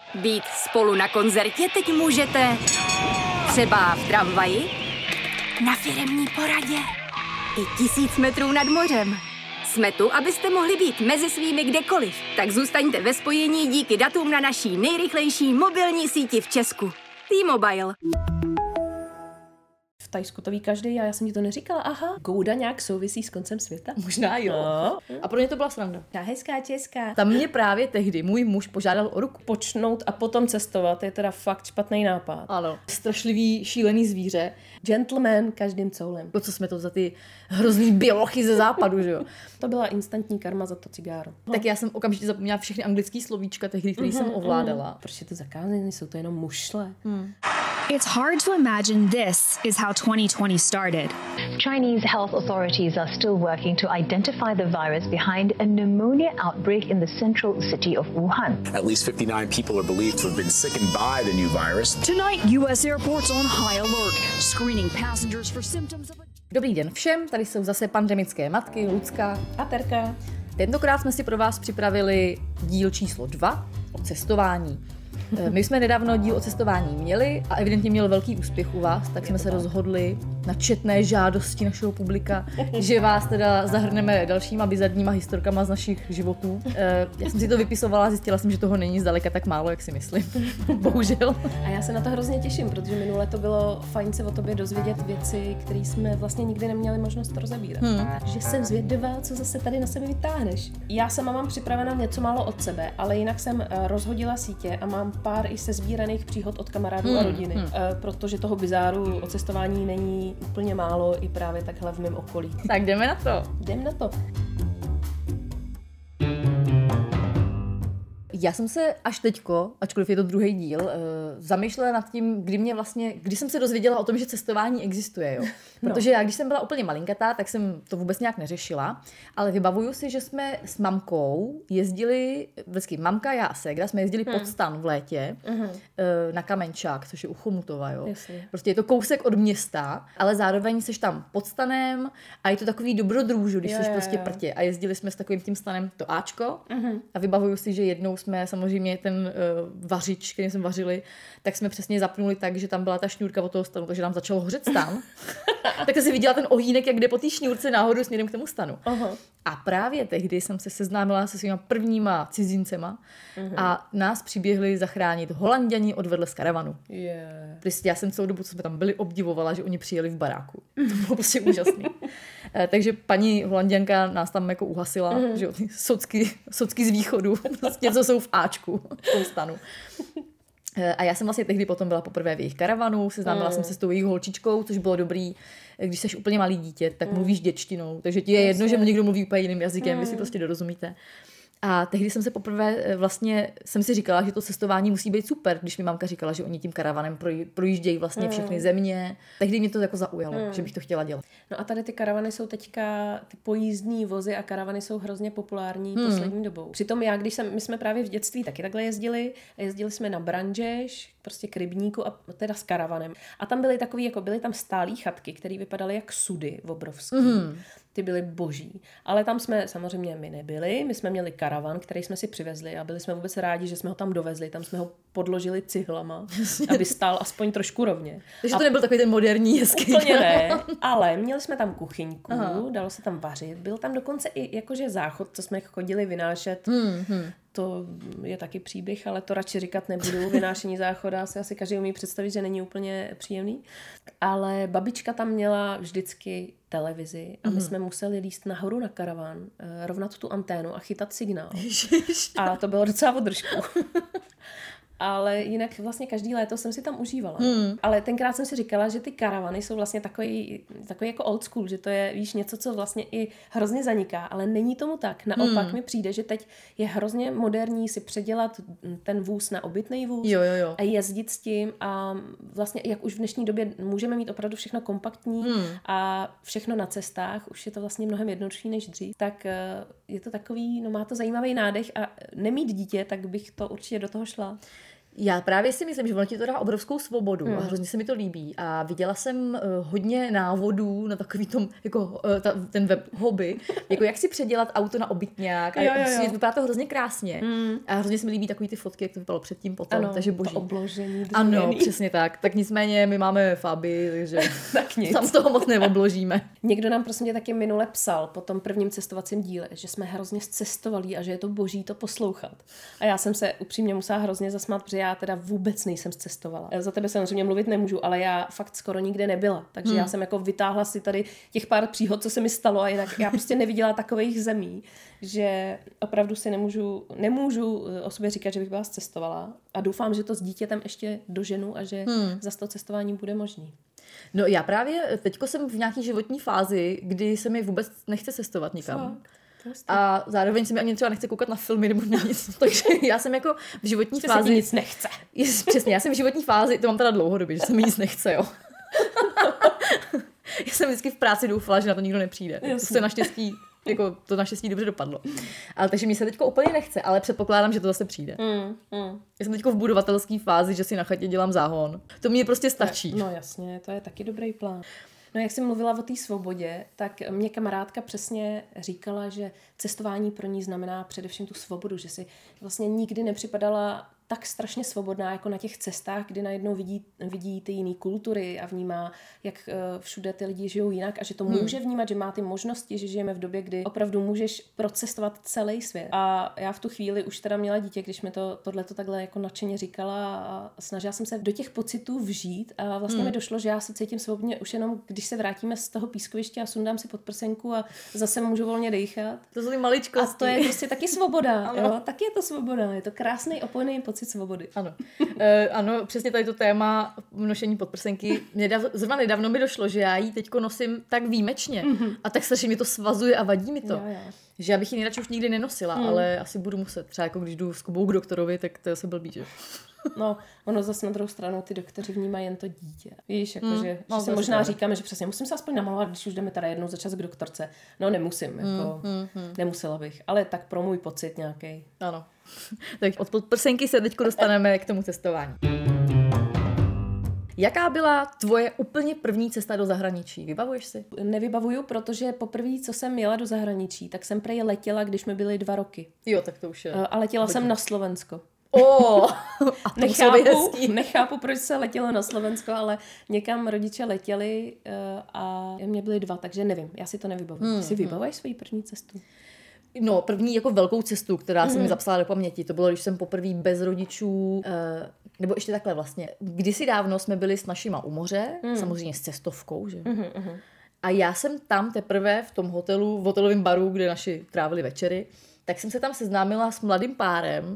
Být spolu na koncertě teď můžete třeba v tramvaji, na firemní poradě i 1000 metrů nad mořem. Jsme tu, abyste mohli být mezi svými kdekoliv. Tak zůstaňte ve spojení díky datům na naší nejrychlejší mobilní síti v Česku. T-Mobile. V Thajsku to ví každý a já jsem ti to neříkala. Aha, Gouda nějak souvisí s koncem světa? Možná jo. No. A pro mě to byla sranda. Já hezká česká. Tam mě právě tehdy můj muž požádal o ruku. Počnout a potom cestovat je teda fakt špatný nápad. Ano. Strašlivý, šílený zvíře. Gentleman každým coulem. Co jsme to za ty hrozný biolochy ze západu, že jo? To byla instantní karma za to cigáro. Tak já jsem okamžitě zapomněla všechny anglický slovíčka tehdy, který jsem ovládala. Proč je to zakázané? Jsou to jenom mušle. It's hard to imagine this is how 2020 started. Chinese health authorities are still working to identify the virus behind a pneumonia outbreak in the central city of Wuhan. At least 59 people are believed to have been sickened by the new virus. Tonight, U.S. airports on high alert, screening passengers for symptoms of a... Dobrý den všem, tady jsou zase pandemické matky, Lucka A Terka. Tentokrát jsme si pro vás připravili díl číslo 2 o cestování. My jsme nedávno díl o cestování měli a evidentně měl velký úspěch u vás, tak jsme se rozhodli na četné žádosti našeho publika, že vás teda zahrneme dalšíma bizarníma historkama z našich životů. Já jsem si to vypisovala, zjistila jsem, že toho není zdaleka tak málo, jak si myslím. Bohužel. A já se na to hrozně těším, protože minule to bylo fajn se o tobě dozvědět věci, které jsme vlastně nikdy neměli možnost rozebírat. Takže jsem zvědavá, co zase tady na sebe vytáhneš. Já sama mám připraveno něco málo od sebe, ale jinak jsem rozhodila sítě a mám pár i sesbíraných příhod od kamarádů a rodiny, protože toho bizáru o cestování není úplně málo i právě takhle v mém okolí. Tak jdeme na to. Jdem na to. Já jsem se až teďko, ačkoliv je to druhý díl, zamýšlela nad tím, kdy jsem se dozvěděla o tom, že cestování existuje. Jo. Protože já, když jsem byla úplně malinkatá, tak jsem to vůbec nějak neřešila, ale vybavuju si, že jsme s mamkou jezdili, vždycky mamka, já a ségra, jsme jezdili pod Stan v létě na Kamenčák, což je u Chomutova. Jo. Jasně. Prostě je to kousek od města, ale zároveň seš tam pod Stanem a je to takový dobrodružů, když seš prostě prtě. A jezdili jsme s takovým tím stanem to Ačko a vybavuju si, že jednou jsme samozřejmě ten vařič, který jsme vařili, tak jsme přesně zapnuli tak, že tam byla ta šňůrka od toho stanu, takže nám začalo hořet stan. Tak si viděla ten ohýnek, jak jde po té šňůrce nahoru směrem k tomu stanu. A právě tehdy jsem se seznámila se svýma prvníma cizincema a nás přiběhli zachránit Holanďani odvedle z karavanu. Prostě já jsem celou dobu, co jsme tam byli, obdivovala, že oni přijeli v baráku. To bylo prostě úžasný. Takže paní Holanďanka nás tam jako uhasila, že jo, ty socky z východu, prostě co jsou v Ačku, v tom stanu. A já jsem vlastně tehdy potom byla poprvé v jejich karavanu, seznámila jsem se s tou jejich holčičkou, což bylo dobrý. Když jsi úplně malý dítě, tak mluvíš děčtinou, takže ti je jedno, že někdo mluví úplně jiným jazykem, vy si prostě dorozumíte. A tehdy jsem se poprvé vlastně jsem si říkala, že to cestování musí být super, když mi mamka říkala, že oni tím karavanem projíždějí vlastně všechny země. Tehdy mě to jako zaujalo, že bych to chtěla dělat. No a tady ty karavany jsou teďka, ty pojízdní vozy a karavany jsou hrozně populární poslední dobou. Přitom my jsme právě v dětství taky takhle jezdili jsme na Branžeš, prostě k rybníku a teda s karavanem. A tam byly tam stálý chatky, které vypadaly jak sudy obrovský. Ty byly boží. Ale tam jsme samozřejmě my nebyli, my jsme měli karavan, který jsme si přivezli a byli jsme vůbec rádi, že jsme ho tam dovezli. Tam jsme ho podložili cihlama, aby stál aspoň trošku rovně. Takže to nebyl takový ten moderní jeskyň. Úplně ne, ale měli jsme tam kuchyňku, dalo se tam vařit, byl tam dokonce i jakože záchod, co jsme chodili vynášet. To je taky příběh, ale to radši říkat nebudu. Vynášení záchoda se asi každý umí představit, že není úplně příjemný. Ale babička tam měla vždycky televizi a my jsme museli líst nahoru na karavan, rovnat tu anténu a chytat signál. A to bylo docela o držku. Ale jinak vlastně každý léto jsem si tam užívala. Ale tenkrát jsem si říkala, že ty karavany jsou vlastně takový jako old school, že to je, víš, něco, co vlastně i hrozně zaniká, ale není tomu tak. Naopak mi přijde, že teď je hrozně moderní si předělat ten vůz na obytný vůz a jezdit s tím a vlastně jak už v dnešní době můžeme mít opravdu všechno kompaktní a všechno na cestách, už je to vlastně mnohem jednodušší než dřív, tak je to takový, no má to zajímavý nádech a nemít dítě, tak bych to určitě do toho šla. Já právě si myslím, že ono ti to dá obrovskou svobodu a hrozně se mi to líbí. A viděla jsem hodně návodů na takový tom, jako ten web hobby, jako jak si předělat auto na obytňák a vypadá to hrozně krásně. A hrozně se mi líbí takový ty fotky, jak to vypadalo předtím, potom, ano, takže boží. To obložení. Ano, přesně tak. Tak nicméně my máme Fabii, takže tak nic. tam z toho moc neobložíme. Někdo nám prosím tě taky minule psal po tom prvním cestovacím díle, že jsme hrozně zcestovali a že je to boží to poslouchat. A já jsem se upřímně musela hrozně zasmát, protože já teda vůbec nejsem zcestovala. Za tebe samozřejmě mluvit nemůžu, ale já fakt skoro nikde nebyla. Takže já jsem jako vytáhla si tady těch pár příhod, co se mi stalo, a jinak já prostě neviděla takových zemí, že opravdu si nemůžu o sobě říkat, že bych byla zcestovala. A doufám, že to s dítětem ještě doženu a že zase to cestování bude možný. No já právě teďko jsem v nějaký životní fázi, kdy se mi vůbec nechce cestovat nikam. A zároveň se mi ani třeba nechce koukat na filmy nebo na nic. Takže já jsem jako v životní fázi... Se nic nechce. Přesně, já jsem v životní fázi, to mám teda dlouhodobě, že se mi nic nechce, jo. Já jsem vždycky v práci doufala, že na to nikdo nepřijde. To naštěstí dobře dopadlo. Ale takže mi se teďko úplně nechce, ale předpokládám, že to zase přijde. Já jsem teďko v budovatelské fázi, že si na chatě dělám záhon. To mě prostě stačí. No jasně, to je taky dobrý plán. No jak jsi mluvila o té svobodě, tak mě kamarádka přesně říkala, že cestování pro ní znamená především tu svobodu, že si vlastně nikdy nepřipadala tak strašně svobodná jako na těch cestách, kdy najednou vidí ty jiné kultury a vnímá, jak všude ty lidi žijou jinak a že to může vnímat, že má ty možnosti, že žijeme v době, kdy opravdu můžeš procestovat celý svět. A já v tu chvíli už teda měla dítě, když mi tohleto takhle jako nadšeně říkala a snažila jsem se do těch pocitů vžít a vlastně mi došlo, že já se cítím svobodně už jenom, když se vrátíme z toho pískoviště a sundám si podprsenku a zase můžu volně dejchat. To jsou ty maličkosti. A to je prostě taky svoboda. Jo? Taky je to svoboda. Je to krásný opojný pocit svobody. Ano. Ano, přesně tady to téma nošení podprsenky. Zrovna nedávno mi došlo, že já ji teďko nosím tak výjimečně a tak strašně mi to svazuje a vadí mi to. Jo. Že já bych ji nejradši už nikdy nenosila, ale asi budu muset. Třeba jako když jdu s Kubou k doktorovi, tak to se blbý, že? No, ono zase na druhou stranu ty doktoři vnímají jen to dítě. Víš, jakože že no, si možná říkáme, že přesně musím se aspoň namalovat, když už jdeme teda jednou za čas k doktorce. No nemusím, jako nemusela bych, ale tak pro můj pocit nějaký. Ano. Tak od podprsenky se teďko dostaneme k tomu cestování. Jaká byla tvoje úplně první cesta do zahraničí? Vybavuješ si? Nevybavuju, protože poprvé, co jsem jela do zahraničí, tak jsem prej letěla, když mi byly 2 roky. Jo, tak to už je. A letěla jsem na Slovensko. A to muselo být hezký. Nechápu, proč se letělo na Slovensko, ale někam rodiče letěli a mě byly 2, takže nevím, já si to nevybavuju. Ty si vybavuješ svoji první cestu? No, první jako velkou cestu, která se mi zapsala do paměti, to bylo, když jsem poprvé bez rodičů, nebo ještě takhle vlastně. Kdysi dávno jsme byli s našima u moře, samozřejmě s cestovkou, že? A já jsem tam teprve v tom hotelu, v hotelovém baru, kde naši trávili večery, tak jsem se tam seznámila s mladým párem,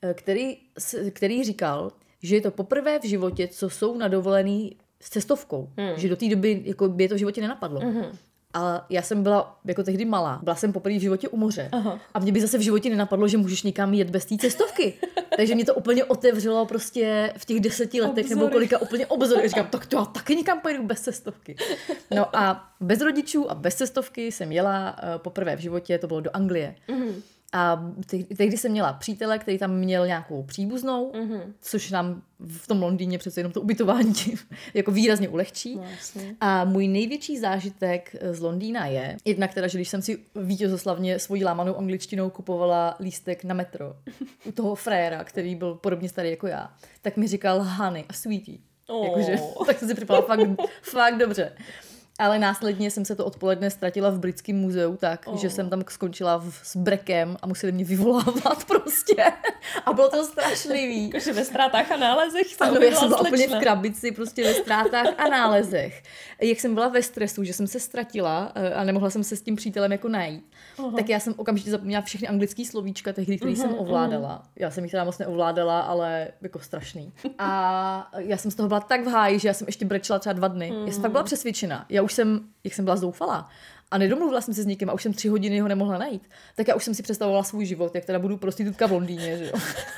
který říkal, že je to poprvé v životě, co jsou na dovolený s cestovkou. Že do té doby jako by je to v životě nenapadlo. A já jsem byla jako tehdy malá. Byla jsem poprvé v životě u moře. Aha. A mě by zase v životě nenapadlo, že můžeš někam jet bez té cestovky. Takže mě to úplně otevřelo prostě v těch 10 letech nebo kolika úplně obzory. Říkám, tak to já taky někam pojedu bez cestovky. No a bez rodičů a bez cestovky jsem jela poprvé v životě, to bylo do Anglie. A tehdy jsem měla přítele, který tam měl nějakou příbuznou, což nám v tom Londýně přece jenom to ubytování jako výrazně ulehčí. Vlastně. A můj největší zážitek z Londýna je, jednak teda, že když jsem si vítězoslavně svojí lámanou angličtinou kupovala lístek na metro u toho fréra, který byl podobně starý jako já, tak mi říkal honey a sweetie. Jakože, tak jsem si připadala fakt dobře. Ale následně jsem se to odpoledne ztratila v Britském muzeu tak, že jsem tam skončila s brekem a museli mě vyvolávat prostě. A bylo to strašlivý. Jakože ve ztrátách a nálezech. Ano, já jsem byla úplně v krabici, prostě ve ztrátách a nálezech. Jak jsem byla ve stresu, že jsem se ztratila a nemohla jsem se s tím přítelem jako najít, tak já jsem okamžitě zapomněla všechny anglický slovíčka tehdy, který jsem ovládala. Já jsem jich teda moc neovládala, ale jako strašný. A já jsem z toho byla tak v háji, že já jsem ještě brečela třeba 2 dny. Já jsem tak byla přesvědčena. Já už jsem, jak jsem byla zoufalá a nedomluvila jsem se s nikým a už jsem 3 hodiny ho nemohla najít, tak já už jsem si představovala svůj život, jak teda budu prostitutka v Londýně, že jo.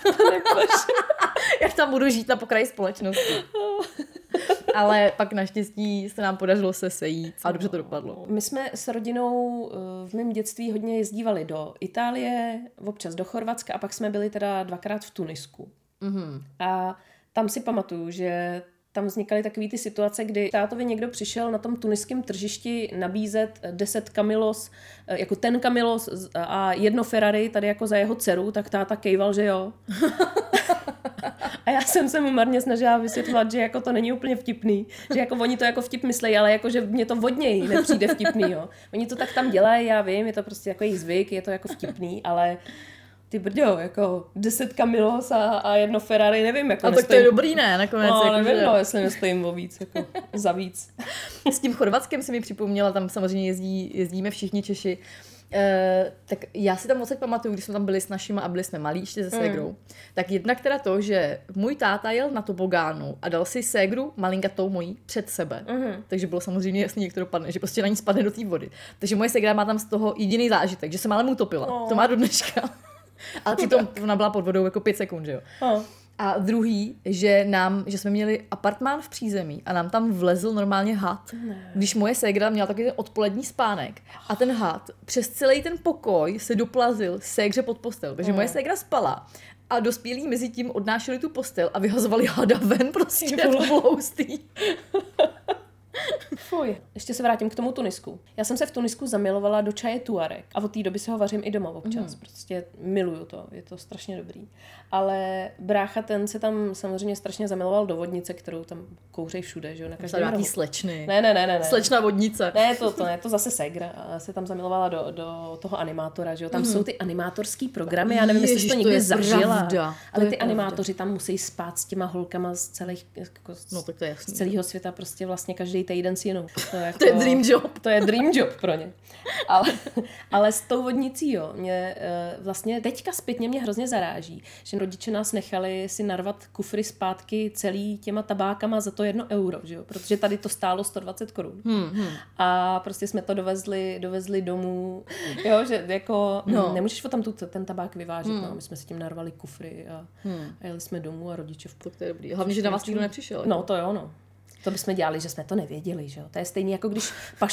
Jak tam budu žít na pokraji společnosti. Ale pak naštěstí se nám podařilo se sejít a dobře to dopadlo. My jsme s rodinou v mém dětství hodně jezdívali do Itálie, občas do Chorvatska a pak jsme byli teda 2krát v Tunisku. A tam si pamatuju, že tam vznikaly takové ty situace, kdy tátovi někdo přišel na tom tuniském tržišti nabízet 10 Camilos, jako ten Camilos a 1 Ferrari tady jako za jeho dceru, tak táta kejval, že jo. A já jsem se mu marně snažila vysvětlovat, že jako to není úplně vtipný, že jako oni to jako vtip myslejí, ale jako že mě to od něj nepřijde vtipný, jo. Oni to tak tam dělají, já vím, je to prostě jako jejich zvyk, je to jako vtipný, ale ty brďo, jako 10 Camilos a 1 Ferrari, nevím, jako a nestojím. tak to je dobrý, ne? Nakonec, no, jako, nevím, že... no, jestli nestojím o víc, jako za víc. S tím Chorvatskem se mi připomněla, tam samozřejmě jezdíme všichni Češi. Tak já si tam moc pamatuju, když jsme tam byli s našima a byli jsme malí ještě se ségrou. Tak jednak teda to, že můj táta jel na tobogánu a dal si ségru malinkatou mojí před sebe. Takže bylo samozřejmě jasný, jak to dopadne, že prostě na ní spadne do té vody. Takže moje ségra má tam z toho jediný zážitek, že se málem utopila. To má do dneška. Ale přitom ona byla pod vodou jako 5 sekund, že jo. A druhý, že jsme měli apartmán v přízemí a nám tam vlezl normálně had. Když moje ségra měla takový ten odpolední spánek a ten had přes celý ten pokoj se doplazil ségře pod postel. Takže moje ségra spala a dospělí mezi tím odnášeli tu postel a vyhazovali hada ven prostě. To bylo hustý. Fuj. Ještě se vrátím k tomu Tunisku. Já jsem se v Tunisku zamilovala do čaje Tuareg a od té doby si ho vařím i doma občas. Prostě miluju to, je to strašně dobrý. Ale brácha ten se tam samozřejmě strašně zamiloval do vodnice, kterou tam kouřejí všude, že jo, na každém rohu. Slečny. Ne. Slečna vodnice. Ne, to zase ségra. Se tam zamilovala do toho animátora, že jo. Tam jsou ty animátorský programy, já nevím, jestli jsi to někdy zažila. Ale ty animátoři tam musí spát s těma holkama z celých, jako z celého světa, prostě vlastně každý týden s jinou. To je dream job. To je dream job pro ně. Ale s tou vodnicí, jo, mě vlastně teďka zpětně mě hrozně zaráží, že rodiče nás nechali si narvat kufry zpátky celý těma tabákama za to 1 euro, že jo? Protože tady to stálo 120 korun. A prostě jsme to dovezli domů, jo, že jako nemůžeš tam ten tabák vyvážet, no. My jsme si tím narvali kufry a jeli jsme domů a rodiče to je dobrý. Hlavně, že na vás nikdo nepřišel. No to jo, no. To bychom dělali, že jsme to nevěděli, že jo. To je stejně jako když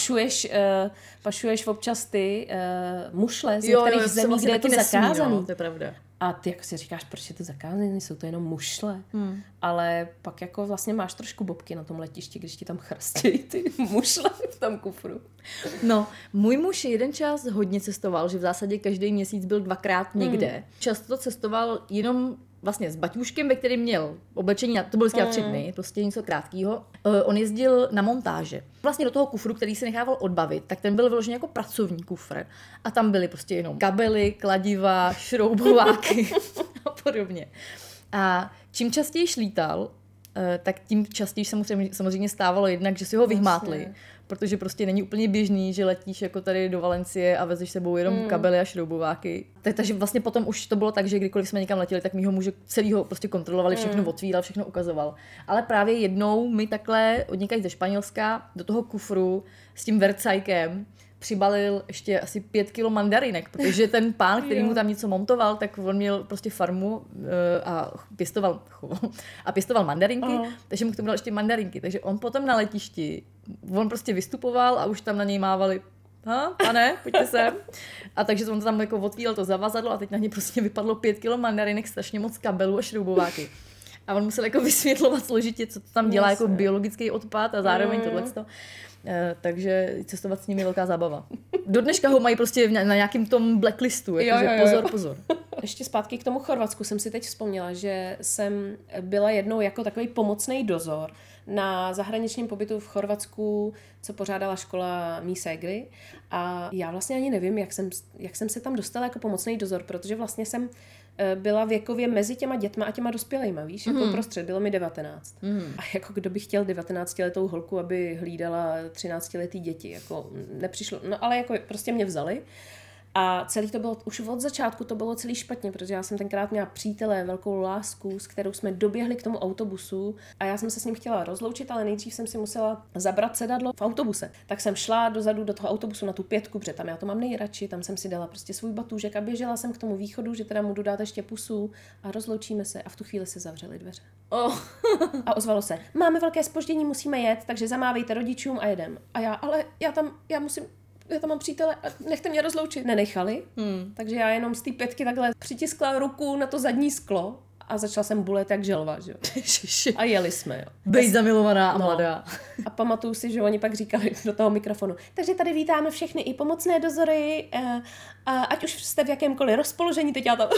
pašuješ občas ty mušle z některých zemí, kde je to zakázaný. No, to je pravda. A ty jako si říkáš, proč je to zakázané, jsou to jenom mušle. Ale pak jako vlastně máš trošku bobky na tom letišti, když ti tam chrastějí ty mušle v tom kufru. No, můj muž jeden čas hodně cestoval, že v zásadě každý měsíc byl 2krát někde. Často cestoval jenom vlastně s baťůškem, ve kterém měl oblečení, to bylo vždycky 3 dny, prostě něco krátkého. On jezdil na montáže. Vlastně do toho kufru, který si nechával odbavit, tak ten byl vyložený jako pracovní kufr. A tam byly prostě jenom kabely, kladiva, šroubováky a podobně. A čím častěji lítal, tak tím častěji se mu samozřejmě stávalo jednak, že si ho vyhmátli. Protože prostě není úplně běžný, že letíš jako tady do Valencie a vezeš sebou jenom kabely a šroubováky. Takže vlastně potom už to bylo tak, že kdykoliv jsme někam letěli, tak mýho muže celýho prostě kontrolovali, všechno otvíral, všechno ukazoval. Ale právě jednou mi takhle odněkají ze Španělska do toho kufru s tím vercajkem přibalil ještě asi 5 kilo mandarinek, protože ten pán, který mu tam něco montoval, tak on měl prostě farmu a pěstoval mandarinky, takže mu k tomu dal ještě mandarinky. Takže on potom na letišti, on prostě vystupoval a už tam na něj mávali, pane, pojďte sem. A takže on tam jako otvíral to zavazadlo a teď na něj prostě vypadlo 5 kilo mandarinek, strašně moc kabelů a šroubováky. A on musel jako vysvětlovat složitě, co to tam dělá jako biologický odpad a zároveň tohleto. Takže cestovat s nimi je velká zábava. Do dneška ho mají prostě na nějakým tom blacklistu, jakože pozor. Ještě zpátky k tomu Chorvatsku jsem si teď vzpomněla, že jsem byla jednou jako takový pomocný dozor na zahraničním pobytu v Chorvatsku, co pořádala škola mý ségry. A já vlastně ani nevím, jak jsem se tam dostala jako pomocný dozor, protože vlastně jsem byla věkově mezi těma dětma a těma dospělejma, víš, jako prostřed, bylo mi 19. A jako kdo by chtěl 19letou holku, aby hlídala 13letý děti, jako nepřišlo, no ale jako prostě mě vzali. A celý to bylo, už od začátku to bylo celý špatně, protože já jsem tenkrát měla přítele, velkou lásku, s kterou jsme doběhli k tomu autobusu a já jsem se s ním chtěla rozloučit, ale nejdřív jsem si musela zabrat sedadlo v autobuse. Tak jsem šla dozadu do toho autobusu na tu 5, protože tam já to mám nejradši, tam jsem si dala prostě svůj batůžek a běžela jsem k tomu východu, že teda mu dát ještě pusu a rozloučíme se a v tu chvíli se zavřely dveře. A ozvalo se, máme velké zpoždění, musíme jet, takže zamávejte rodičům a jedem. A já tam mám přítele a nechte mě rozloučit. Nenechali, takže já jenom z té 5 takhle přitiskla ruku na to zadní sklo a začala jsem bulet jak želva, že jo. A jeli jsme, jo. Bej zamilovaná a mladá. A pamatuju si, že oni pak říkali do toho mikrofonu, takže tady vítáme všechny i pomocné dozory, ať už jste v jakémkoliv rozpoložení, teď já tam...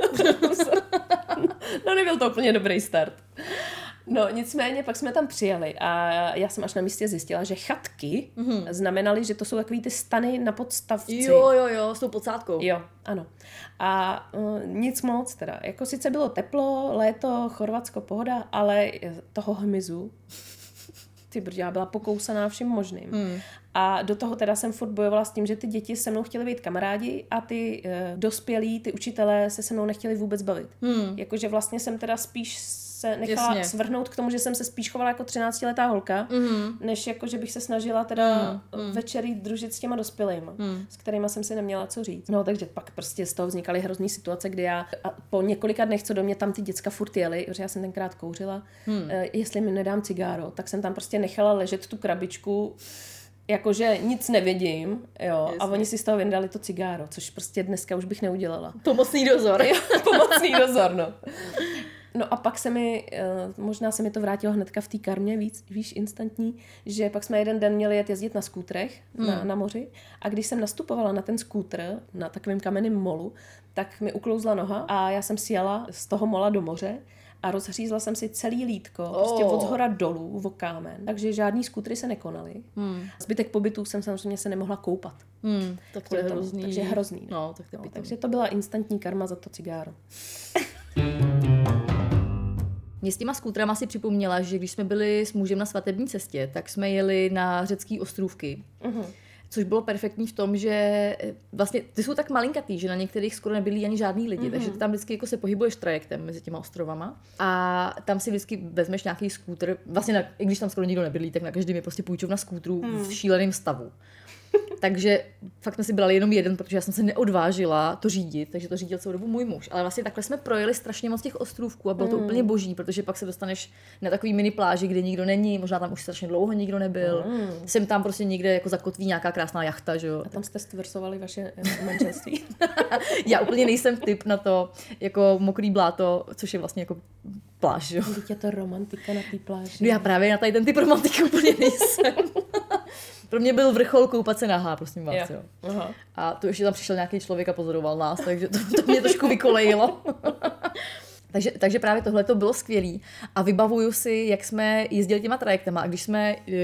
No nebyl to úplně dobrý start. No nicméně pak jsme tam přijeli a já jsem až na místě zjistila, že chatky znamenaly, že to jsou takový ty stany na podstavci. Jo, s tou podsádkou. Jo, ano. A nic moc teda. Jako sice bylo teplo, léto, Chorvatsko, pohoda, ale toho hmyzu, ty brďo, já byla pokousaná vším možným. A do toho teda jsem furt bojovala s tím, že ty děti se mnou chtěly být kamarádi a ty dospělí, ty učitelé se mnou nechtěli vůbec bavit. Jakože vlastně jsem teda spíš se nechala svrhnout k tomu, že jsem se spíš chovala jako 13letá holka, než jako, že bych se snažila teda večer jít družit s těma dospělýma, s kterýma jsem si neměla co říct. No takže pak prostě z toho vznikaly hrozný situace, kdy já po několika dnech, co do mě tam ty děcka furt jeli, protože já jsem tenkrát kouřila, jestli mi nedám cigáro, tak jsem tam prostě nechala ležet tu krabičku, jakože nic nevidím, jo, a oni si z toho vyndali to cigáro, což prostě dneska už bych neudělala. Pomocný dozor. Jo, pomocný dozor, no. No a pak možná se mi to vrátilo hnedka v té karmě víš, instantní, že pak jsme jeden den měli jezdit na skútrech na moři a když jsem nastupovala na ten skútr na takovém kamenném molu, tak mi uklouzla noha a já jsem si jela z toho mola do moře a rozhřízla jsem si celý lítko, prostě od zhora dolů v kámen, takže žádný skútry se nekonaly. Zbytek pobytu jsem samozřejmě se nemohla koupat. Tak to je hrozný. Takže hrozný. No, takže to byla instantní karma za to cigáro. Mě s těma skútrama si připomněla, že když jsme byli s mužem na svatební cestě, tak jsme jeli na řecký ostrůvky. Což bylo perfektní v tom, že vlastně ty jsou tak malinkatý, že na některých skoro nebyli ani žádný lidi, takže ty tam vždycky jako se pohybuješ trajektem mezi těma ostrovama a tam si vždycky vezmeš nějaký skútr, vlastně i když tam skoro nikdo nebydlí, tak na každém je prostě půjčovna skútrů v šíleném stavu. Takže fakt jsme si brali jenom jeden, protože já jsem se neodvážila to řídit, takže to řídil celou dobu můj muž. Ale vlastně takhle jsme projeli strašně moc těch ostrůvků a bylo to úplně boží, protože pak se dostaneš na takový mini pláži, kde nikdo není, možná tam už strašně dlouho nikdo nebyl. Jsem tam prostě někde jako zakotví nějaká krásná jachta, že jo. A tam jste stvrsovali vaše manželství. Já úplně nejsem typ na to, jako mokrý bláto, což je vlastně jako pláž, jo. Teď je to romantika na té pláži. No já právě na tady ten typ romantiky úplně nejsem. Pro mě byl vrchol koupat se nahá, prosím vás. Jo. A to ještě tam přišel nějaký člověk a pozoroval nás, takže to mě trošku vykolejilo. Takže právě tohle to bylo skvělý a vybavuju si, jak jsme jezdili těma trajektama a když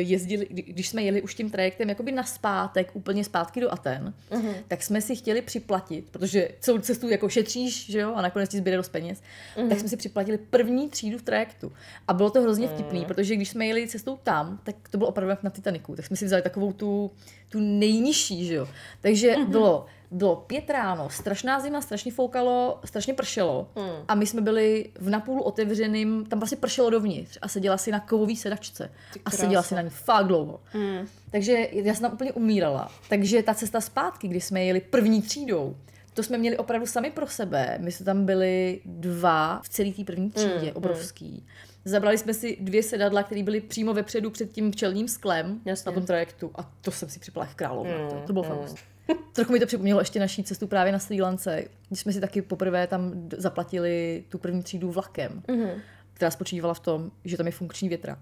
jsme jeli už tím trajektem jakoby naspátek, úplně zpátky do Aten, tak jsme si chtěli připlatit, protože celou cestu jako šetříš, že jo, a nakonec ti zbyde dost peněz, tak jsme si připlatili první třídu v trajektu a bylo to hrozně vtipný, protože když jsme jeli cestou tam, tak to bylo opravdu jak na Titaniku, tak jsme si vzali takovou tu nejnižší, že jo, takže bylo 5 ráno, strašná zima, strašně foukalo, strašně pršelo a my jsme byli v napůl otevřeným, tam vlastně pršelo dovnitř a seděla si na kovový sedačce a seděla si na ní fakt dlouho. Takže já jsem tam úplně umírala. Takže ta cesta zpátky, kdy jsme jeli první třídou, to jsme měli opravdu sami pro sebe. My jsme tam byli 2 v celé té první třídě, obrovský. Zabrali jsme si 2 sedadla, které byly přímo vepředu před tím čelním sklem na tom trajektu a to jsem si připlala královna. To bylo fakt. Trochu mi to připomnělo ještě naší cestu právě na Srí Lance, když jsme si taky poprvé tam zaplatili tu první třídu vlakem, která spočívala v tom, že tam je funkční větrák.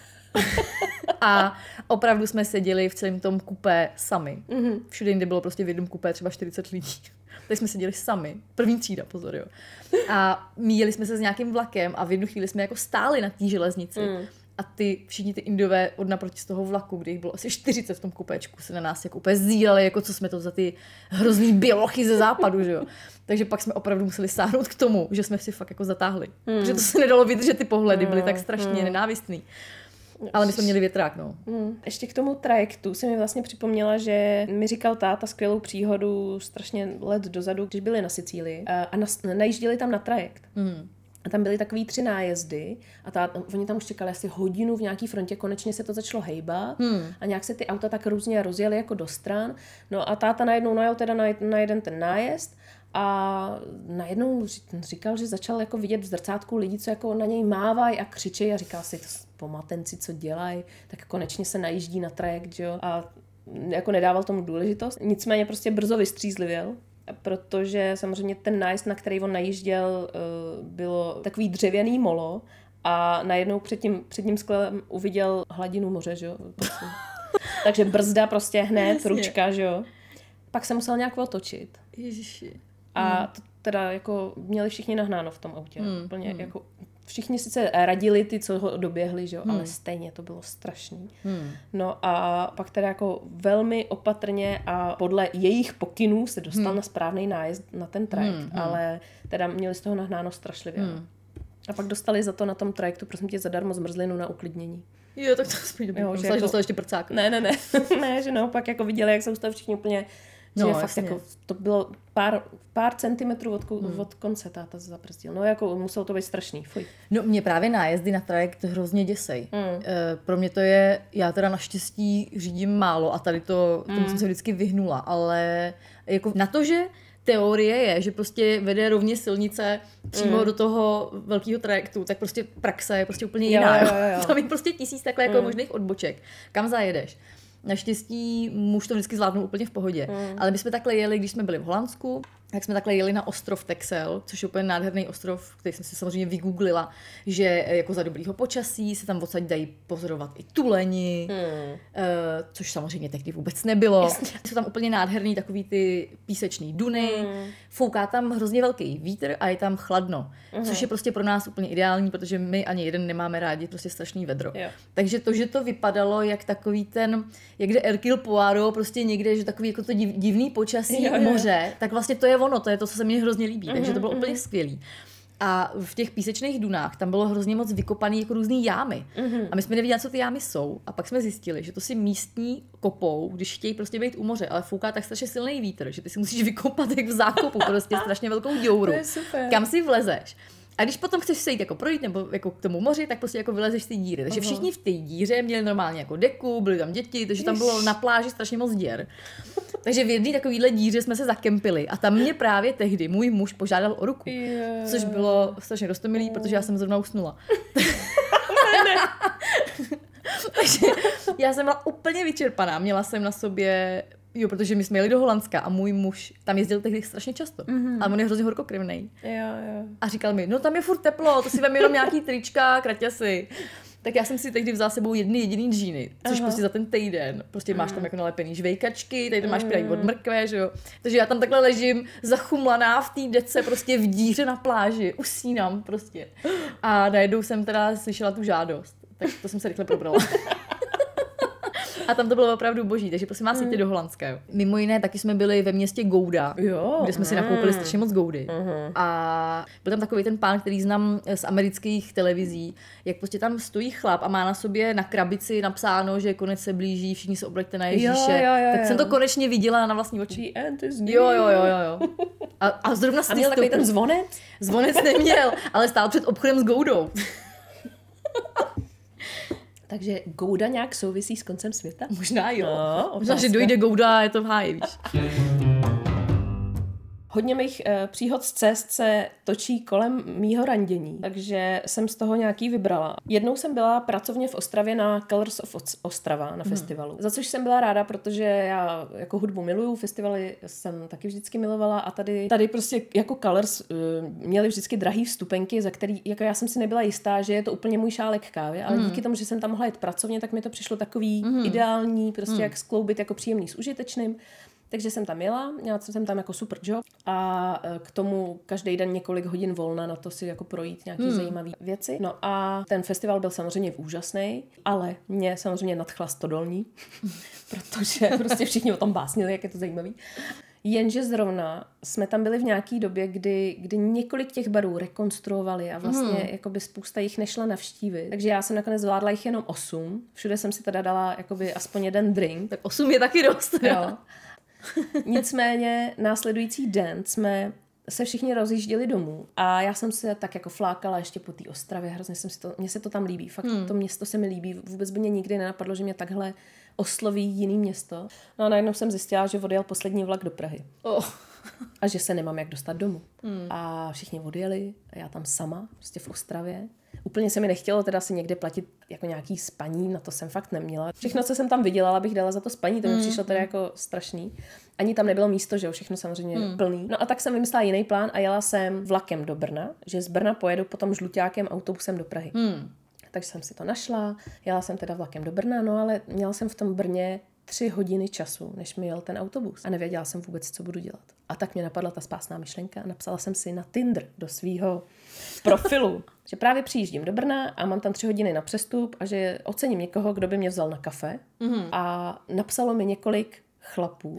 A opravdu jsme seděli v celém tom kupé sami. Všude jinde bylo prostě v jednom kupé třeba 40 lidí. Tak jsme seděli sami. První třída, pozor, jo. A míjeli jsme se s nějakým vlakem a v jednu chvíli jsme jako stáli na té železnici. A všichni ty Indové od naproti z toho vlaku, kde jich bylo asi 40 v tom kupéčku, se na nás jako úplně zdírali, jako co jsme to za ty hrozný bělochy ze západu, že jo. Takže pak jsme opravdu museli sáhnout k tomu, že jsme si fakt jako zatáhli. Protože to se nedalo vydržet, ty pohledy byly tak strašně nenávistný. Ale my jsme měli větrák, no. Ještě k tomu trajektu se mi vlastně připomněla, že mi říkal táta skvělou příhodu strašně let dozadu, když byli na Sicílii a najížděli tam na trajekt. A tam byly takový 3 nájezdy a oni tam už čekali asi hodinu v nějaký frontě, konečně se to začalo hejbat a nějak se ty auta tak různě rozjeli jako do stran. No a táta najednou najel teda na jeden ten nájezd a najednou říkal, že začal jako vidět v zrcátku lidi, co jako na něj mávají a křičejí a říkal si, to pomatenci, co dělají, tak konečně se najíždí na trajekt, že jo, a jako nedával tomu důležitost. Nicméně prostě brzo vystřízlivěl protože samozřejmě ten nájezd, na který on najížděl, bylo takový dřevěný molo a najednou před tím sklem uviděl hladinu moře, že jo. Takže brzda prostě hned, ručka, že jo. Pak se musel nějak otočit. Ježiši. A to teda jako měli všichni nahnáno v tom autě. Úplně jako všichni sice radili ty, co ho doběhli, že jo, ale stejně to bylo strašný. No a pak teda jako velmi opatrně a podle jejich pokynů se dostal na správný nájezd na ten trajekt, ale teda měli z toho nahnáno strašlivě. A pak dostali za to na tom trajektu, prosím tě, zadarmo zmrzlinu na uklidnění. Jo, tak to aspoň dobrý. Myslela, že dostal ještě prcák. Ne. Ne, že naopak jako viděli, jak jsou z toho všichni úplně... No, fakt jako, to bylo pár centimetrů od konce táta zabrzdil. No jako muselo to být strašný. Fuj. No mě právě nájezdy na trajekt hrozně děsej. Pro mě to je, já teda naštěstí řídím málo a tady tomu jsem se vždycky vyhnula, ale jako na to, že teorie je, že prostě vede rovně silnice přímo do toho velkého trajektu, tak prostě praxe je prostě úplně jiná. Jo. Tam je prostě 1000 takhle jako možných odboček. Kam zajedeš? Naštěstí muž to vždycky zvládnul úplně v pohodě. Ale my jsme takhle jeli, když jsme byli v Holandsku, tak jsme takhle jeli na ostrov Texel, což je úplně nádherný ostrov, který jsem si samozřejmě vygooglila, že jako za dobrýho počasí se tam odsaď dají pozorovat i tuleni, což samozřejmě tehdy vůbec nebylo. Jsou tam úplně nádherný takový ty písečný duny, fouká tam hrozně velký vítr a je tam chladno, což je prostě pro nás úplně ideální, protože my ani jeden nemáme rádi prostě strašný vedro. Jo. Takže to, že to vypadalo jak takový ten, jak jde Hercule Poirot, prostě někde, že takový jako to divný počasí moře, tak vlastně to je ono, to je to, co se mně hrozně líbí, takže to bylo úplně skvělý. A v těch písečných dunách tam bylo hrozně moc vykopaný jako různý jámy. A my jsme nevěděli, co ty jámy jsou. A pak jsme zjistili, že to si místní kopou, když chtějí prostě být u moře, ale fouká tak strašně silný vítr, že ty si musíš vykopat jak v zákopu, prostě strašně velkou děuru. Kam si vlezeš. A když potom chceš se jít jako projít nebo jako k tomu moři, tak prostě jako vylezeš z té díry. Takže všichni v té díře měli normálně jako deku, byli tam děti, takže tam bylo na pláži strašně moc děr. Takže v jedné takovýhle díře jsme se zakempili a tam mě právě tehdy můj muž požádal o ruku. Což bylo strašně roztomilý, protože já jsem zrovna usnula. Takže já jsem byla úplně vyčerpaná. Měla jsem na sobě, protože my jsme jeli do Holandska a můj muž tam jezdil tehdy strašně často. A on je hrozně horkokrevnej. A říkal mi, no tam je furt teplo, to si vem jenom nějaký trička, kraťasy. Tak já jsem si tehdy vzala sebou jedny jediný džíny, což prostě za ten týden, prostě máš tam jako nalepený žvejkačky, tady to máš pirají od mrkve, že jo. Takže já tam takhle ležím zachumlaná v té dece prostě v díře na pláži, usínám prostě. A najednou jsem teda slyšela tu žádost, tak to jsem se rychle probrala. A tam to bylo opravdu boží, takže prosím vás, jděte do Holandska. Jo. Mimo jiné, taky jsme byli ve městě Gouda, kde jsme si nakoupili strašně moc Goudy. A byl tam takový ten pán, který znám z amerických televizí, jak prostě tam stojí chlap a má na sobě na krabici napsáno, že konec se blíží, všichni se obraťte na Ježíše. Tak jsem to konečně viděla na vlastní oči. Jo. A zrovna a měl takový ten zvonec? Zvonec neměl, ale stál před obchodem s Goudou. Takže Gouda nějak souvisí s koncem světa? Možná jo. Možná, že dojde Gouda a je to v háji, víš. Hodně mých příhod z cest se točí kolem mýho randění, takže jsem z toho nějaký vybrala. Jednou jsem byla pracovně v Ostravě na Colors of Ostrava na festivalu, za což jsem byla ráda, protože já jako hudbu miluju, festivaly jsem taky vždycky milovala a tady prostě jako Colors měli vždycky drahý vstupenky, za který jako já jsem si nebyla jistá, že je to úplně můj šálek kávy, ale díky tomu, že jsem tam mohla jít pracovně, tak mi to přišlo takový ideální, prostě jak skloubit jako příjemný s užitečným. Takže jsem tam jela, měla jsem tam jako super job a k tomu každý den několik hodin volna na to si jako projít nějaké zajímavé věci. No a ten festival byl samozřejmě úžasný, ale mě samozřejmě nadchla Stodolní, protože prostě všichni o tom básnili, jak je to zajímavý. Jenže zrovna jsme tam byli v nějaký době, kdy několik těch barů rekonstruovali a vlastně jakoby spousta jich nešla navštívit. Takže já jsem nakonec zvládla jich jenom 8. Všude jsem si teda dala jakoby aspoň jeden drink. Tak 8 je taky dost. Jo. Nicméně následující den jsme se všichni rozjížděli domů a já jsem se tak jako flákala ještě po té Ostravě, hrozně mně se to tam líbí, fakt to město se mi líbí, vůbec by mě nikdy nenapadlo, že mě takhle osloví jiný město. No a najednou jsem zjistila, že odjel poslední vlak do Prahy. A že se nemám jak dostat domů. A všichni odjeli a já tam sama, prostě v Ostravě. Úplně se mi nechtělo teda si někde platit jako nějaký spaní, na to jsem fakt neměla. Všechno, co jsem tam vydělala, bych dala za to spaní, to mi přišlo teda jako strašný. Ani tam nebylo místo, že jo, všechno samozřejmě plný. No a tak jsem vymyslela jiný plán a jela jsem vlakem do Brna, že z Brna pojedu potom žluťákem autobusem do Prahy. Takže jsem si to našla, jela jsem teda vlakem do Brna, no ale měla jsem v tom Brně 3 hodiny času, než mi jel ten autobus. A nevěděla jsem vůbec, co budu dělat. A tak mě napadla ta spásná myšlenka a napsala jsem si na Tinder do svýho profilu, že právě přijíždím do Brna a mám tam 3 hodiny na přestup a že ocením někoho, kdo by mě vzal na kafe. A napsalo mi několik chlapů.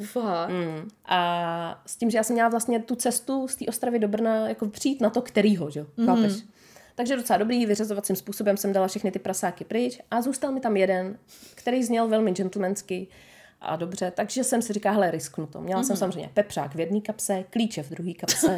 A s tím, že já jsem měla vlastně tu cestu z té Ostravy do Brna jako přijít na to, kterýho, že? Chápeš? Takže docela dobrý, vyřazovacím způsobem jsem dala všechny ty prasáky pryč a zůstal mi tam jeden, který zněl velmi gentlemansky a dobře, takže jsem si říkala, hele, risknu to. Měla jsem samozřejmě pepřák v jedné kapse, klíče v druhé kapse.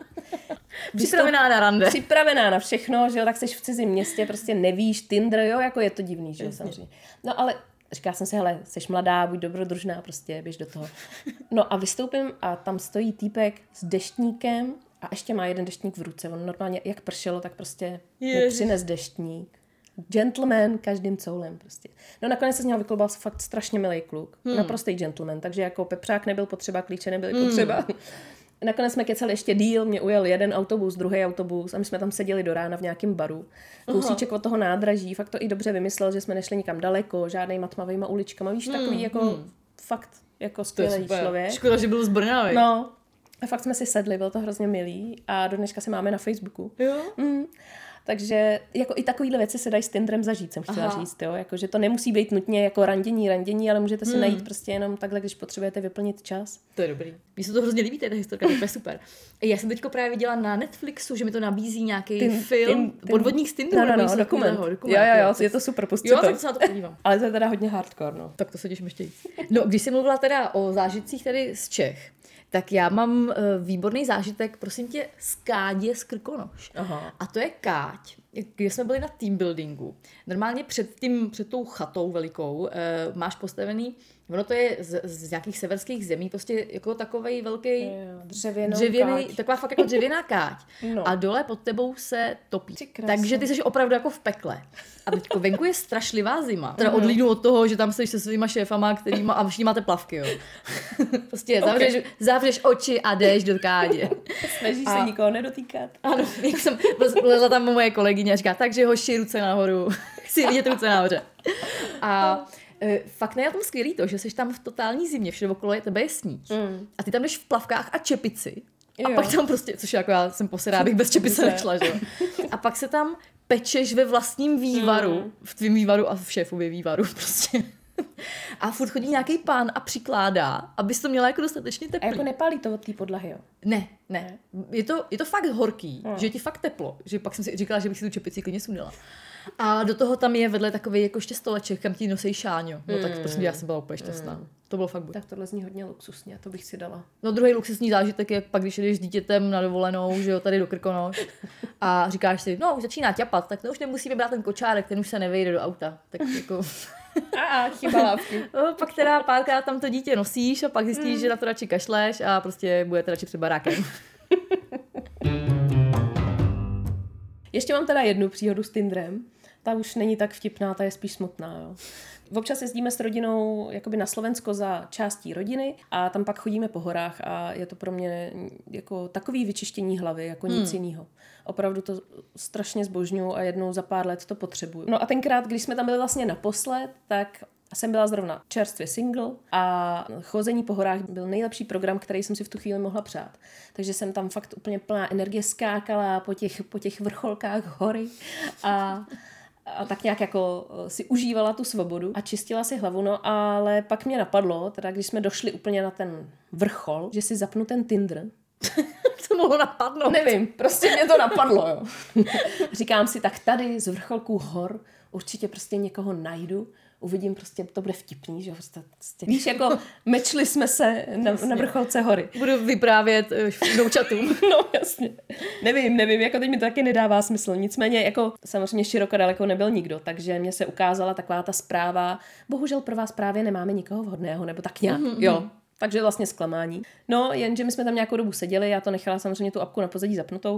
Připravená na rande. Připravená na všechno, že jo, tak jsi v cizím městě, prostě nevíš, Tinder, jo, jako je to divný, že jo, samozřejmě. No ale říkala jsem si, hele, jsi mladá, buď dobrodružná, prostě běž do toho. No a vystoupím a tam stojí týpek s deštníkem a ještě má jeden deštník v ruce. On normálně, jak pršelo, tak prostě mi přines deštník. Gentleman každým coulem prostě. No nakonec se z něho vyklubal fakt strašně milý kluk. Naprostý gentleman, takže jako pepřák nebyl potřeba, klíče nebyly potřeba. Nakonec jsme kecali ještě díl, mě ujel jeden autobus, druhý autobus a my jsme tam seděli do rána v nějakém baru. Kousíček od toho nádraží, fakt to i dobře vymyslel, že jsme nešli nikam daleko, žádnejma tmavejma uličkama, víš, takový jako fakt jako skvělý člověk. Škoda, že byl z Brna, no. A fakt jsme si sedli, bylo to hrozně milý a do dneška se máme na Facebooku. Jo? Takže jako i takovýhle věci se dají s Tinderem zažít, jsem chtěla říct, jo, jako, že to nemusí být nutně jako randění, ale můžete si najít prostě jenom takhle, když potřebujete vyplnit čas. To je dobrý. Mně se to hrozně líbí, ta historka, to je super. Já jsem teďko právě viděla na Netflixu, že mi to nabízí nějaký film Podvodník z Tinderu. No, dokument. Jo, je to super, pustit to. Jo, tak se na to podívám. Ale to je teda hodně hardcore, no. Tak to se těším ještě víc. No, když jsem mluvila teda o zážitcích tady z Čech, tak já mám výborný zážitek, prosím tě, z Kádě z Krkonoš. A to je Káď, kde jsme byli na team buildingu. Normálně před tou chatou velikou máš postavený, ono to je z nějakých severských zemí, prostě jako takovej velký dřevěný, taková fakt jako dřevěná káť. No. A dole pod tebou se topí. Takže ty jsi opravdu jako v pekle. A teďko venku je strašlivá zima. Teda odlídnu od toho, že tam jsi se svýma šéfama, a všichni máte plavky, jo. Prostě zavřeš oči a jdeš do Kádě. Snažíš se nikoho nedotýkat. Ano, jak jsem lezla tam moje kolegyně a říká, takže hoši, ruce nahoru. Chci vidět ruce nahoře. A fakt je na tom skvělý to, že jsi tam v totální zimě, všude okolo tebe je sníh. A ty tam jdeš v plavkách a čepici. A pak tam prostě, což jako já jsem posedá, abych bez čepice nešla, že jo. A pak se tam pečeš ve vlastním vývaru, v tvým vývaru a v šéfově vývaru prostě. A furt chodí nějaký pán a přikládá, abys to měla jako dostatečně teplý. A jako nepálí to od té podlahy, jo? Ne. Je to fakt horký, že je ti fakt teplo. Že pak jsem si říkala, že bych si tu čepici klidně sundala. A do toho tam je vedle takový jako ještě stoleček, kam ti nosej šáňo. No tak prostě já jsem byla úplně šťastná. To bylo fakt buď. Tak tohle zní hodně luxusně, to bych si dala. No druhý luxusní zážitek je pak, když jdeš s dítětem na dovolenou, že jo, tady do Krkonoš a říkáš si, no už začíná ťapat, tak to už nemusíme brát ten kočárek, ten už se nevejde do auta. Tak jako... chyba lávky. Pak teda párkrát tam to dítě nosíš a pak zjistíš, že na to radši kašleš a prostě budete radši před barákem. Ještě mám teda jednu příhodu s Tinderem. Ta už není tak vtipná, ta je spíš smutná. Jo. Občas jezdíme s rodinou jakoby na Slovensko za částí rodiny a tam pak chodíme po horách a je to pro mě jako takový vyčištění hlavy, jako nic jiného. Opravdu to strašně zbožňuju a jednou za pár let to potřebuju. No a tenkrát, když jsme tam byli vlastně naposled, tak jsem byla zrovna čerstvě single a chození po horách byl nejlepší program, který jsem si v tu chvíli mohla přát. Takže jsem tam fakt úplně plná energie skákala po těch vrcholkách hory a tak nějak jako si užívala tu svobodu a čistila si hlavu, no ale pak mě napadlo, teda když jsme došli úplně na ten vrchol, že si zapnu ten Tinder. To mohlo napadnout. Nevím, prostě mě to napadlo, jo. Říkám si, tak tady z vrcholků hor určitě prostě někoho najdu, uvidím, prostě to bude vtipný, že prostě. Víš, jako mečli jsme se na vrcholce hory. Budu vyprávět vnoučatům. No jasně. Nevím, jako teď mi to taky nedává smysl. Nicméně jako samozřejmě široko daleko nebyl nikdo, takže mně se ukázala taková ta zpráva, bohužel pro vás právě nemáme nikoho vhodného, nebo tak nějak, jo. Takže vlastně zklamání. No, jenže my jsme tam nějakou dobu seděli, já to nechala samozřejmě tu apku na pozadí zapnutou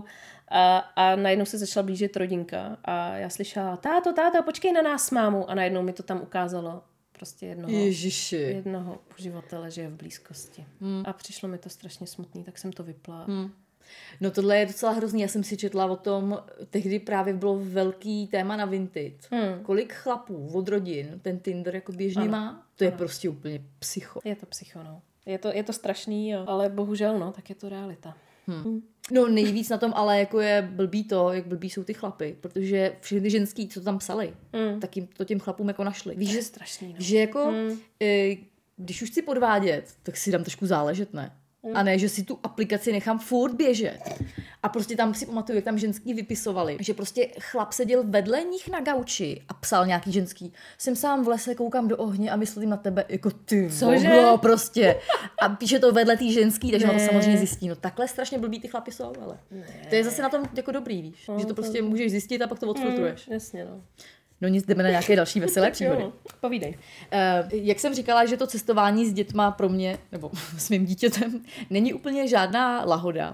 a najednou se začala blížit rodinka a já slyšela, táto, počkej na nás, mámu. A najednou mi to tam ukázalo prostě jednoho uživatele, že je v blízkosti. A přišlo mi to strašně smutný, tak jsem to vypla. No tohle je docela hrozný, já jsem si četla o tom, tehdy právě bylo velký téma na Vinted. Kolik chlapů od rodin ten Tinder jako běžně má, to je prostě úplně psycho. Je to psycho, no. Je to strašný, jo. Ale bohužel, no, tak je to realita. No nejvíc na tom ale jako je blbý to, jak blbý jsou ty chlapy, protože všechny ženský, co tam psali, tak jim to těm chlapům jako našli. Víš, že strašný, no. Že jako, když už chci podvádět, tak si dám trošku záležet, ne? A ne, že si tu aplikaci nechám furt běžet. A prostě tam si pamatuju, jak tam ženský vypisovali, že prostě chlap seděl vedle nich na gauči a psal nějaký ženský. Jsem sám v lese, koukám do ohně a myslím na tebe, jako ty volo, prostě. A píše to vedle tý ženský, takže on to samozřejmě zjistí. No takhle strašně blbý ty chlapi jsou, ale to je zase na tom jako dobrý, víš. Že to prostě můžeš zjistit a pak to odfiltruješ. Jasně, no. No nic, jdeme na nějaké další veselé příhody. Povídej. Jak jsem říkala, že to cestování s dětma pro mě, nebo s mým dítětem, není úplně žádná lahoda.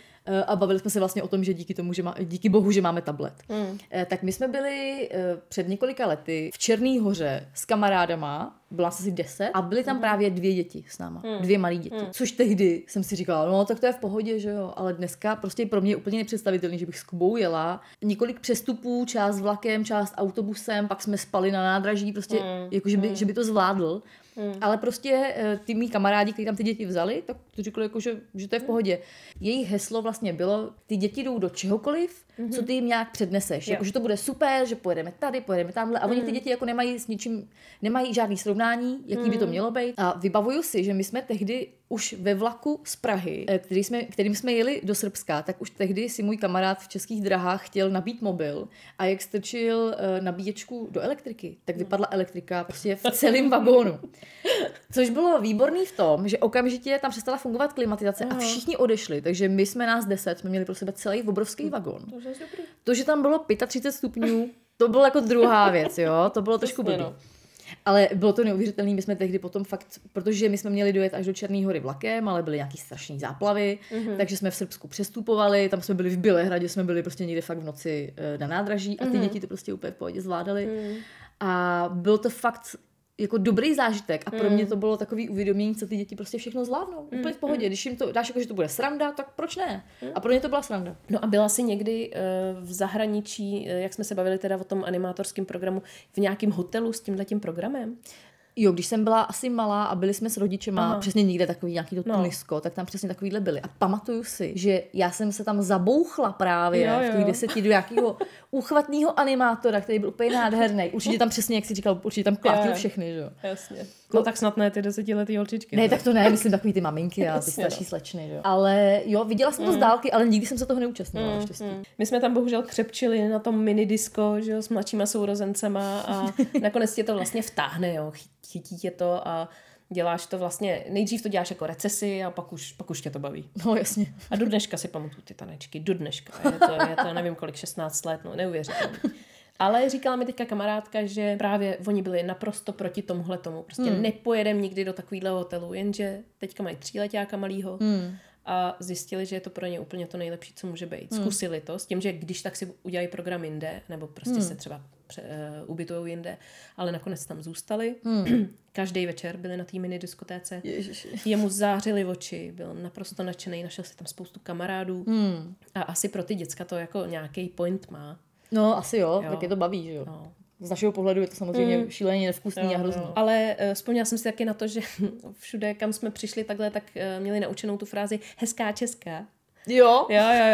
A bavili jsme se vlastně o tom, že díky bohu, že máme tablet. Tak my jsme byli před několika lety v Černý Hoře s kamarádama, byla asi 10 a byly tam právě 2 děti s náma. 2 malé děti. Což tehdy jsem si říkala, no tak to je v pohodě, že jo. Ale dneska prostě pro mě je úplně nepředstavitelný, že bych s Kubou jela. Několik přestupů, část vlakem, část autobusem, pak jsme spali na nádraží, prostě jako, že by to zvládl. Ale prostě ty mý kamarádi, kteří tam ty děti vzali, tak to řekli, jako, že to je v pohodě. Jejich heslo vlastně bylo, ty děti jdou do čehokoliv, co ty jim nějak předneseš. Jako, že to bude super, že pojedeme tady, pojedeme tamhle. A oni ty děti jako nemají s ničím, nemají žádný srovnání, jaký by to mělo být. A vybavuju si, že my jsme tehdy už ve vlaku z Prahy, kterým jsme jeli do Srbska, tak už tehdy si můj kamarád v Českých drahách chtěl nabít mobil a jak strčil nabíječku do elektriky, tak vypadla elektrika prostě v celém vagónu. Což bylo výborný v tom, že okamžitě tam přestala fungovat klimatizace a všichni odešli, takže my jsme nás 10, jsme měli pro sebe celý obrovský vagón. To, že tam bylo 35 stupňů, to bylo jako druhá věc, jo, to bylo trošku blbý. Ale bylo to neuvěřitelné, my jsme tehdy potom fakt, protože my jsme měli dojet až do Černé Hory vlakem, ale byly nějaký strašný záplavy, takže jsme v Srbsku přestupovali, tam jsme byli v Bělehradě, jsme byli prostě někde fakt v noci na nádraží a ty děti to prostě úplně v pohodě zvládaly. A bylo to fakt jako dobrý zážitek a pro mě to bylo takový uvědomění, co ty děti prostě všechno zvládnou. Úplně v pohodě. Když jim to dáš jako, že to bude sranda, tak proč ne? A pro ně to byla sranda. No a byla jsi někdy v zahraničí, jak jsme se bavili teda o tom animátorském programu, v nějakém hotelu s tímhletím programem? Jo, když jsem byla asi malá a byli jsme s rodičema, přesně někde takový nějaký to Tunisko, tak tam přesně takovýhle byly. A pamatuju si, že já jsem se tam zabouchla právě v těch 10 do nějakého úchvatného animátora, který byl úplně nádherný. Určitě tam přesně, jak jsi říkal, určitě tam klátil všechny, že jo. Jasně. No tak snad ne ty 10letý holčičky. Ne, tak to ne, myslím takový ty maminky a ty starší slečny, že jo. Ale jo, viděla jsem to z dálky, ale nikdy jsem se toho neúčastnila, naštěstí. My jsme tam bohužel křepčili na tom minidisco, že jo, s mladšíma sourozencema a nakonec tě to vlastně vtáhne, jo. Chytí tě to a děláš to vlastně, nejdřív to děláš jako recesi a pak už tě to baví. No jasně. A do dneška si pamatuju ty tanečky, do dneška. Je to nevím kolik, 16 let, no neuvěřitelné. Ale říkala mi teďka kamarádka, že právě oni byli naprosto proti tomuhletomu. Prostě nepojedem nikdy do takovýhleho hotelu, jenže teďka mají 3letáka malýho a zjistili, že je to pro ně úplně to nejlepší, co může být. Zkusili to s tím, že když tak si udělají program jinde, nebo prostě se třeba ubytujou jinde, ale nakonec tam zůstali. Každý večer byli na té mini diskotéce. Jemu zářily oči, byl naprosto nadšený, našel si tam spoustu kamarádů a asi pro ty děcka to jako nějaký point má. No asi jo, tak je to baví, že jo. No. Z našeho pohledu je to samozřejmě šíleně nevkusný a hrozný. Ale vzpomněla jsem si taky na to, že všude, kam jsme přišli takhle, tak měli naučenou tu frázi hezká česká. Jo.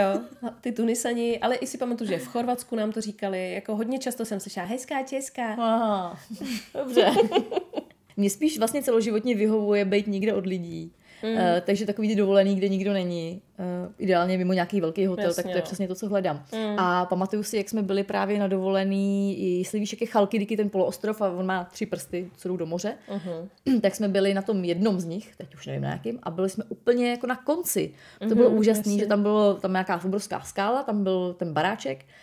Ty Tunisani, ale i si pamatuju, že v Chorvatsku nám to říkali, jako hodně často jsem slyšela hezká česká. Aha, dobře. Mně spíš vlastně celoživotně vyhovuje být někde od lidí. Takže takový ty dovolený, kde nikdo není, ideálně mimo nějaký velký hotel, jasně, tak to je přesně to, co hledám. A pamatuju si, jak jsme byli právě na dovolený, jestli víš, jak je Chalkidiky, ten poloostrov, a on má 3 prsty, co jdou do moře, tak jsme byli na tom jednom z nich, teď už nevím na jakým, a byli jsme úplně jako na konci. To bylo úžasný, že tam nějaká obrovská skála, tam byl ten baráček,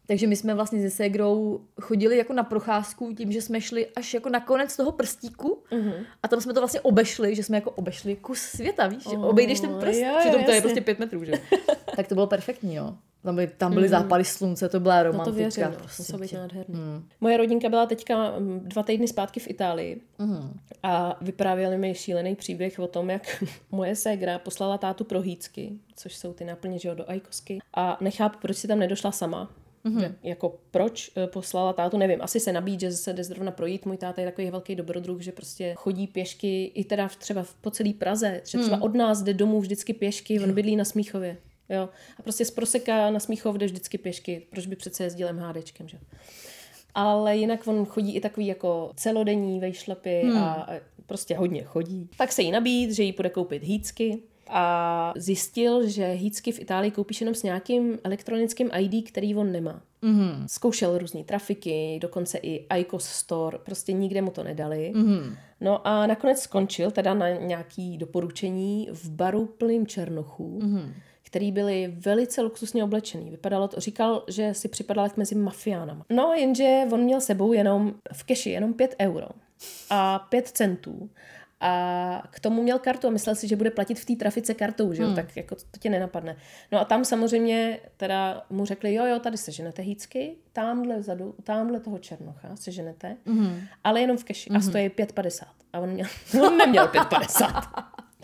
Takže my jsme vlastně se ségrou chodili jako na procházku tím, že jsme šli až jako na konec toho prstíku a tam jsme to vlastně obešli, že jsme jako obešli kus světa, víš? Obejdeš ten prst, přitom to je prostě 5 metrů, že? Tak to bylo perfektní, jo. Tam byly západy slunce, to byla romantika. No to věřím, muselo být nádherný. Moje rodinka byla teďka 2 týdny zpátky v Itálii a vyprávěli mi šílený příběh o tom, jak moje ségra poslala tátu prohlídky, což jsou ty náplně, že jo, do Ajkosky. A nechápu, proč si tam nedošla sama. Jako proč poslala tátu, nevím, asi se nabít, že se jde zrovna projít. Můj táta je takový velký dobrodruh, že prostě chodí pěšky i teda třeba po celé Praze, že třeba od nás jde domů vždycky pěšky, on bydlí na Smíchově. Jo. A prostě z Proseka na Smíchov jde vždycky pěšky, proč by přece jezdil MHDčkem, že? Ale jinak on chodí i takový jako celodenní vejšlepy a prostě hodně chodí. Tak se jí nabít, že jí půjde koupit hýcky a zjistil, že hýcky v Itálii koupíš jenom s nějakým elektronickým ID, který on nemá. Zkoušel různý trafiky, dokonce i Aikos Store, prostě nikde mu to nedali. No a nakonec skončil teda na nějaký doporučení v baru plným černochů, který byli velice luxusně oblečený. Vypadalo to, říkal, že si připadal jak mezi mafiánama. No jenže on měl sebou jenom v keši jenom 5 euro a 5 centů. A k tomu měl kartu a myslel si, že bude platit v té trafice kartou, že jo? Tak jako to tě nenapadne. No a tam samozřejmě teda mu řekli, jo, tady seženete hýcky, tamhle vzadu, tamhle toho černocha seženete, ale jenom v keši a stojí 5,50. A on neměl 5,50.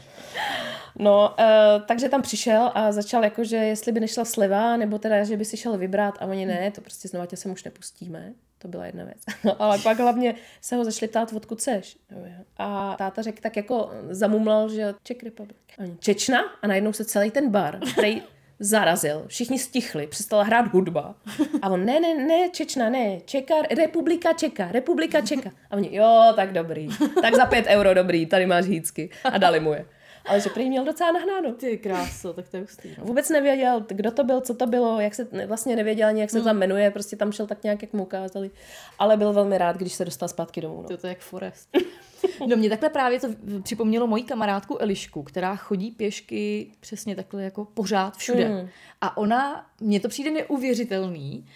No, takže tam přišel a začal jakože, jestli by nešla sleva, nebo teda, že by si šel vybrat a oni ne, to prostě znova tě sem už nepustíme. To byla jedna věc. No, ale pak hlavně se ho začali ptát, odkud seš. A táta řekl tak jako zamumlal, že Czech Republic. Čečna a najednou se celý ten bar, který zarazil. Všichni stichli, přestala hrát hudba. A on, ne, Čečna, ne, Republika Čeka. A oni, jo, tak dobrý. Tak za 5 euro dobrý, tady máš hýcky. A dali mu je. Ale že prý měl docela nahnáno. Ty kráso, tak to je hustý. No. Vůbec nevěděl, kdo to byl, co to bylo, jak se vlastně nevěděl ani, jak se to tam jmenuje, prostě tam šel tak nějak, jak mu ukázali. Ale byl velmi rád, když se dostal zpátky domů. No. To je jak Forest. No mě takhle právě to připomnělo moji kamarádku Elišku, která chodí pěšky přesně takhle jako pořád všude. A mně to přijde neuvěřitelný.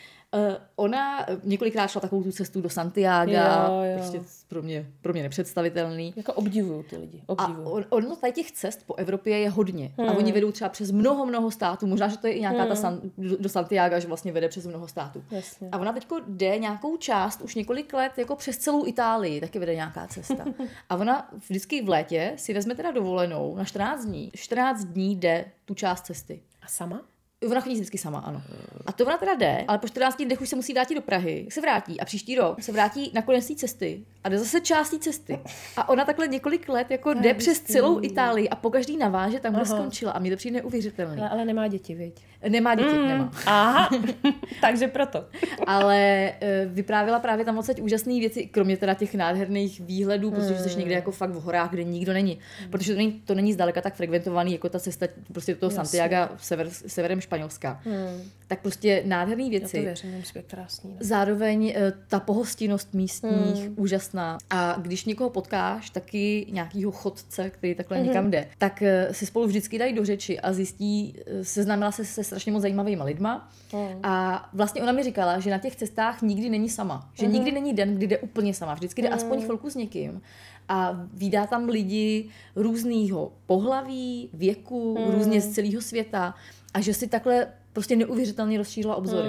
Ona několikrát šla takovou tu cestu do Santiago, prostě pro mě nepředstavitelný. Jako obdivuju ty lidi, obdivuju. A ono tady těch cest po Evropě je hodně. A oni vedou třeba přes mnoho států. Možná, že to je i nějaká do Santiago, že vlastně vede přes mnoho států. Jasně. A ona teďko jde nějakou část už několik let jako přes celou Itálii, taky vede nějaká cesta. A ona vždycky v létě si vezme teda dovolenou na 14 dní. 14 dní jde tu část cesty. A sama? Ona chodí vždycky sama, ano. A to ona teda jde, ale po 14 dnech už se musí vrátit do Prahy, se vrátí a příští rok se vrátí na konec té cesty a jde zase část té cesty. A ona takhle několik let jako jde přes celou Itálii a pokaždý naváže tam, kde skončila. A mě to přijde neuvěřitelný. Ale nemá děti, viď? Nemá děti, nemá. Aha, takže proto. Ale vyprávěla právě tam odsaď úžasné věci, kromě teda těch nádherných výhledů, protože jsi někde jako fakt v horách, kde nikdo není. Protože to není zdaleka tak frekventovaný, jako ta cesta prostě do toho Santiago severem Španělska. Tak prostě nádherné věci. Já to věřím, musí být krásný. Ne? Zároveň ta pohostinnost místních, úžasná. A když někoho potkáš, taky nějakýho chodce, který takhle někam jde, tak si spolu vždycky dají do řeči a seznámila se strašně moc zajímavýma lidma. A vlastně ona mi říkala, že na těch cestách nikdy není sama. Že nikdy není den, kdy jde úplně sama. Vždycky jde aspoň chvilku s někým. A vídá tam lidi různýho pohlaví, věku, různě z celého světa. A že si takhle prostě neuvěřitelně rozšířila obzory.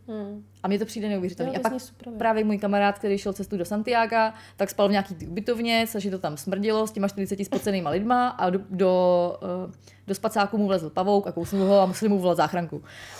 A mně to přijde neuvěřitelné. A pak právě můj kamarád, který šel cestu do Santiaga, tak spal v nějaký ubytovně, takže to tam smrdilo s těma 40 spocenýma lidma a do spacáku mu vlezl pavouk a kousnul ho a museli mu volat záchranku.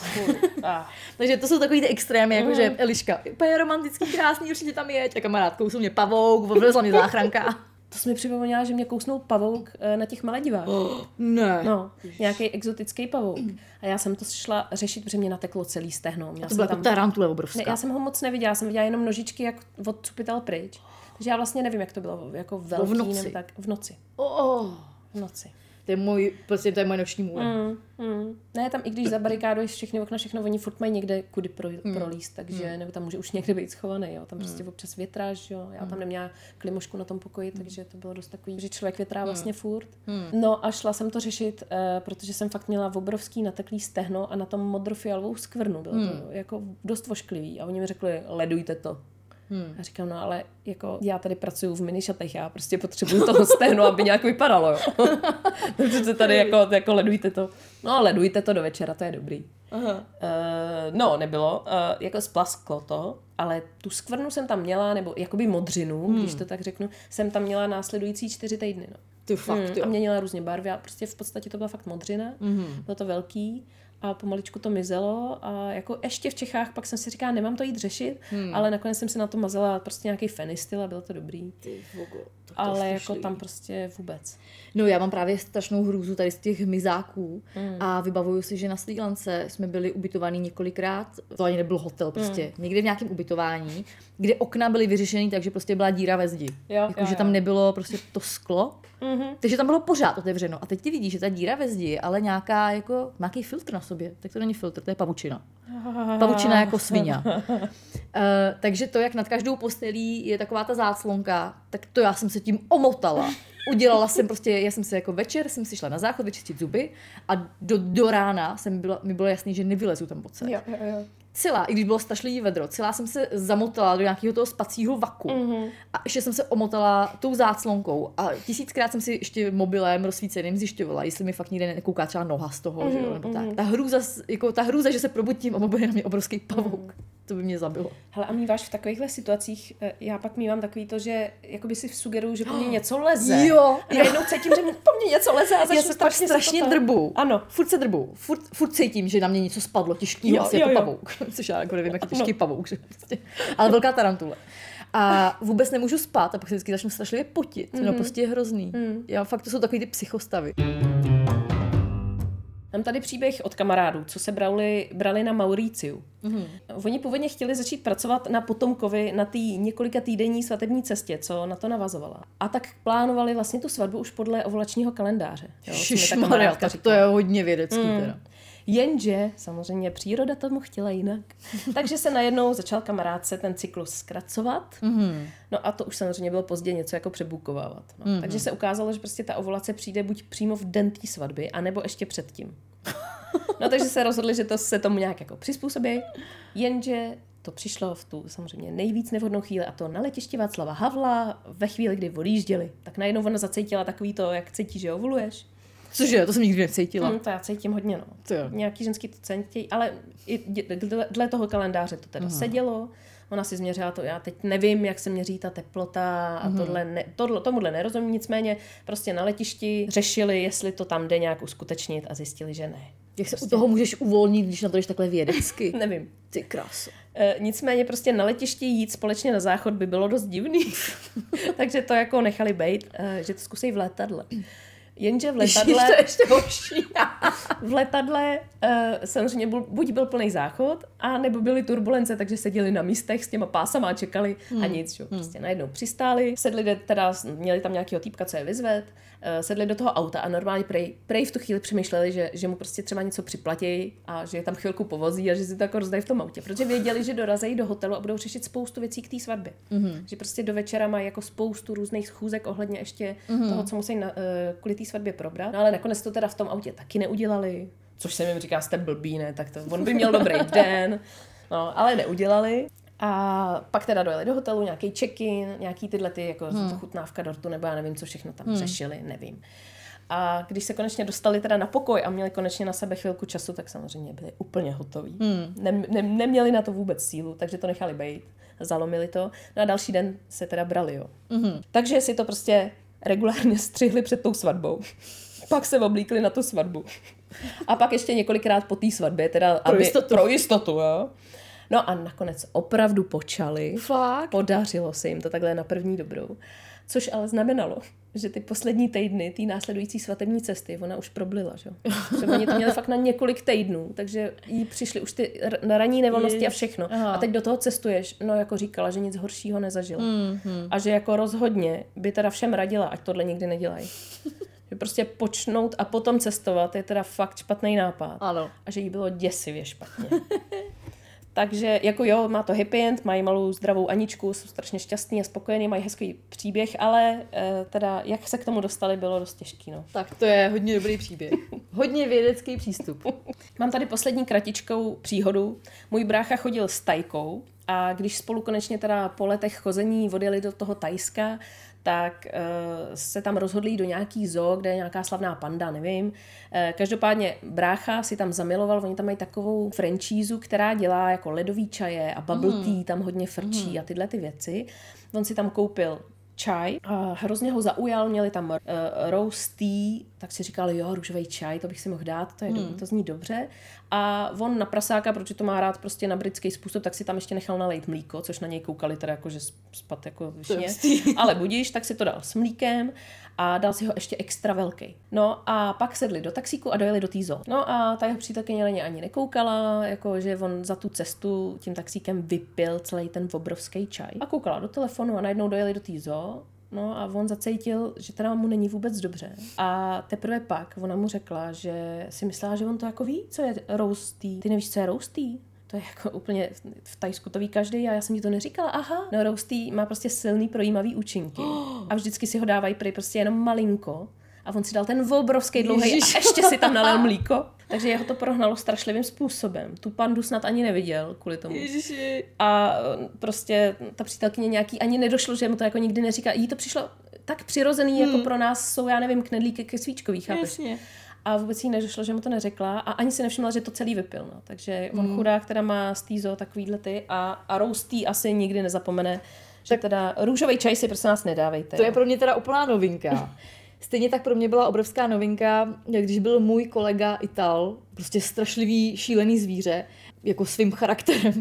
Takže to jsou takový ty extrémy, jakože Eliška, úplně romantický, krásný, určitě tam jeď. A kamarád, kousnul mě pavouk, vlezla mě záchranka. To jsi mi připomněla, že mě kousnul pavouk na těch Maledivách. Ne. No, nějaký exotický pavouk. A já jsem to šla řešit, protože mě nateklo celý stehno. A to byla jako tarantule obrovská. Ne, já jsem ho moc neviděla, jsem viděla jenom nožičky, jak odcupital pryč. Takže já vlastně nevím, jak to bylo, jako velký, nebo tak v noci. V noci. To je moje noční můra. Ne, tam i když zabarikáduješ všechny okna, všechno, oni furt mají někde kudy prolíst, takže nebo tam může už někde být schovaný, jo. Tam prostě občas větráš, jo. Já tam neměla klimošku na tom pokoji, takže to bylo dost takový, že člověk větrá vlastně furt. No a šla jsem to řešit, protože jsem fakt měla obrovský nateklý stehno a na tom modrofialovou skvrnu. Bylo to jako dost vošklivý a oni mi řekli, ledujte to. A říkám, no ale jako já tady pracuju v minišatech, já prostě potřebuju toho stehnu, aby nějak vypadalo, jo. Takže tady jako ledujte to. No ledujte to do večera, to je dobrý. No, nebylo, jako splasklo to, ale tu skvrnu jsem tam měla, nebo jakoby modřinu, když to tak řeknu, jsem tam měla následující 4 týdny, no. Ty fakt, a měnila různě barvy a prostě v podstatě to byla fakt modřina, bylo to velký. A pomaličku to mizelo a jako ještě v Čechách pak jsem si říkala, nemám to jít řešit, ale nakonec jsem si na to mazala prostě nějaký fenistyl a bylo to dobrý. Ale jako tam prostě vůbec. No já mám právě strašnou hrůzu tady z těch hmyzáků a vybavuju si, že na Srí Lance jsme byli ubytovaní několikrát, to ani nebyl hotel prostě, někde v nějakém ubytování, kde okna byly vyřešený, takže prostě byla díra ve zdi. Jakože tam nebylo prostě to sklo, takže tam bylo pořád otevřeno. A teď ty vidíš, že ta díra ve zdi, ale nějaký filtr na sobě, tak to není filtr, to je pavučina. Pavučina jako svině. Takže to, jak nad každou postelí je taková ta záclonka, tak to já jsem se tím omotala. Udělala jsem prostě, já jsem se jako večer, jsem si šla na záchod vyčistit zuby a do rána mi bylo jasný, že nevylezu tam pod Jo. Celá, i když bylo strašlivý vedro, celá jsem se zamotala do nějakého toho spacího vaku a ještě jsem se omotala tou záclonkou a 1000krát jsem si ještě mobilem rozsvíceným zjišťovala, jestli mi fakt nikde nekouká třeba noha z toho, že jo, nebo tak. Ta hrůza, že se probudím a bude na mě obrovský pavouk. To by mě zabilo. Hele, a míváš v takovýchhle situacích, já pak mívám takový to, že jakoby si sugeruju, že po mně něco leze. Jo. A najednou cítím, že po mně něco leze a začnu strašně drbu. Ano. Furt se drbu. Furt cítím, že na mě něco spadlo těžký, asi jako pavouk. Což já jako nevím, jaký těžký pavouk. Že prostě. Ale velká tarantule. A vůbec nemůžu spát a pak se vždycky začnu strašlivě potit. No prostě je hrozný. Já fakt to jsou takový ty psychostavy. Mám tady příběh od kamarádů, co se brali na Mauriciu. Oni původně chtěli začít pracovat na potomkovi na té několika týdenní svatební cestě, co na to navazovala. A tak plánovali vlastně tu svatbu už podle ovulačního kalendáře. Šišmarja, tak to je hodně vědecký teda. Jenže samozřejmě příroda tomu chtěla jinak. Takže se najednou začal kamarádce ten cyklus zkracovat. No a to už samozřejmě bylo pozdě něco jako přebukovávat. No. Takže se ukázalo, že prostě ta ovulace přijde buď přímo v den té svatby, anebo ještě předtím. No takže se rozhodli, že to se tomu nějak jako přizpůsobí. Jenže to přišlo v tu samozřejmě nejvíc nevhodnou chvíli a to na letišti Václava Havla ve chvíli, kdy odjížděli. Tak najednou ona zacítila takový to, jak cítíš, že ovuluješ. Cože, to jsem nikdy necítila. To já cítím hodně, no. Nějaký ženský to cítí, ale i dle toho kalendáře to teda sedělo. Ona si změřila to, já teď nevím, jak se měří ta teplota a tomuhle nerozumím, nicméně prostě na letišti řešili, jestli to tam jde nějak uskutečnit a zjistili, že ne. Jak se u toho můžeš uvolnit, když na to jdeš takhle vědecky? Nevím. Ty kráso. Nicméně prostě na letišti jít společně na záchod by bylo dost divný. Takže to jako nechali bejt, že to zkusí v letadle. Jenže v letadle... To ještě horší. V letadle samozřejmě buď byl plný záchod, a nebo byly turbulence, takže seděli na místech s těma pásama a čekali a nic. Prostě najednou přistáli, sedli teda, měli tam nějakého týpka, co je vyzved, sedli do toho auta a normálně prej v tu chvíli přemýšleli, že mu prostě třeba něco připlatí a že je tam chvilku povozí a že si to jako rozdají v tom autě. Protože věděli, že dorazí do hotelu a budou řešit spoustu věcí k té svatbě. Že prostě do večera mají jako spoustu různých schůzek ohledně ještě toho, co musí kvůli té svatbě probrat. No ale nakonec to teda v tom autě taky neudělali. Což se mi říká, jste blbý, ne? Tak to on by měl dobrý den. No, ale neudělali. A pak teda dojeli do hotelu, nějaký check-in, nějaký tyhle ty jako chutnávka dortu, nebo já nevím, co všechno tam řešili, nevím. A když se konečně dostali teda na pokoj a měli konečně na sebe chvilku času, tak samozřejmě byli úplně hotoví. Neměli na to vůbec sílu, takže to nechali bejt, zalomili to. No a další den se teda brali, jo. Takže si to prostě regulárně střihli před tou svatbou. Pak se oblíkli na tu svatbu. A pak ještě několikrát po té svatbě, teda pro jistotu, jo. No a nakonec opravdu počali. Fakt? Podařilo se jim to takhle na první dobrou. Což ale znamenalo, že ty poslední týdny, ty následující svatební cesty, ona už problila, že? Že oni to měli fakt na několik týdnů, takže jí přišly už ty ranní nevolnosti a všechno. Aha. A teď do toho cestuješ, no jako říkala, že nic horšího nezažila. A že jako rozhodně by teda všem radila, ať tohle nikdy nedělají. Že prostě počnout a potom cestovat je teda fakt špatný nápad. Ano. A že jí bylo děsivě špatně. Takže jako jo, má to happy end, mají malou zdravou Aničku, jsou strašně šťastní a spokojení, mají hezký příběh, ale teda jak se k tomu dostali, bylo dost těžký. No. Tak to je hodně dobrý příběh. Hodně vědecký přístup. Mám tady poslední kratičkou příhodu. Můj brácha chodil s Tajkou a když spolu konečně teda po letech chození odjeli do toho Tajska, tak se tam rozhodli jít do nějaký zoo, kde je nějaká slavná panda, nevím. Každopádně brácha si tam zamiloval, oni tam mají takovou franšízu, která dělá jako ledový čaje a bubble tea, tam hodně frčí a tyhle ty věci. On si tam koupil čaj a hrozně ho zaujal, měli tam roast tea, tak si říkal, jo, růžový čaj, to bych si mohl dát, to zní dobře. A on na prasáka, protože to má rád prostě na britský způsob, tak si tam ještě nechal nalejt mlíko, což na něj koukali teda jako, že spad jako vyšně. Ale budíš, tak si to dal s mlíkem a dal si ho ještě extra velký. No a pak sedli do taxíku a dojeli do té zoo. No a ta jeho přítelkyně na ně ani nekoukala, jako že on za tu cestu tím taxíkem vypil celý ten obrovský čaj. A koukala do telefonu a najednou dojeli do té zoo. No a on zacítil, že teda mu není vůbec dobře. A teprve pak ona mu řekla, že si myslela, že on to jako ví, co je roast tea. Ty nevíš, co je roast tea? To je jako úplně v Tajsku to ví každý a já jsem ti to neříkala. Aha, no roast tea má prostě silný projímavý účinky. A vždycky si ho dávají prostě jenom malinko. A on si dal ten obrovský dlouhý a ještě si tam nalil mlíko. Takže jeho to prohnalo strašlivým způsobem. Tu pandu snad ani neviděl kvůli tomu. Ježiši. A prostě ta přítelkyně nějaký ani nedošlo, že mu to jako nikdy neříká. Jí to přišlo tak přirozený, jako pro nás jsou, já nevím, knedlíky ke svíčkový, chápeš? Jasně. A vůbec jí nedošlo, že mu to neřekla a ani si nevšimla, že to celý vypil. No. Takže on chudák, která má z týzo takovýhle ty a roast tea asi nikdy nezapomene, že tak teda růžový čaj si prosím nás nedávejte. To je pro mě teda úplná novinka. Stejně tak pro mě byla obrovská novinka, když byl můj kolega Ital, prostě strašlivý, šílený zvíře, jako svým charakterem,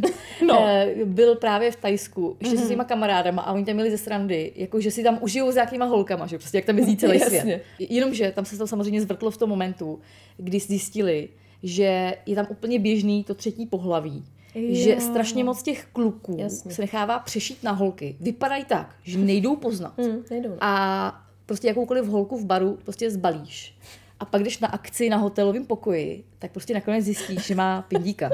byl právě v Tajsku, ještě se svýma kamarádama a oni tam měli ze srandy, jako že si tam užijou s nějakýma holkama, že prostě jak tam jezdí celý svět. Jenomže tam se to samozřejmě zvrtlo v tom momentu, kdy zjistili, že je tam úplně běžný to třetí pohlaví. Že strašně moc těch kluků se nechává přešít na holky. Vypadají tak, že nejdou poznat. A prostě jakoukoliv holku v baru prostě zbalíš. A pak jdeš na akci na hotelovém pokoji, tak prostě nakonec zjistíš, že má pindíka.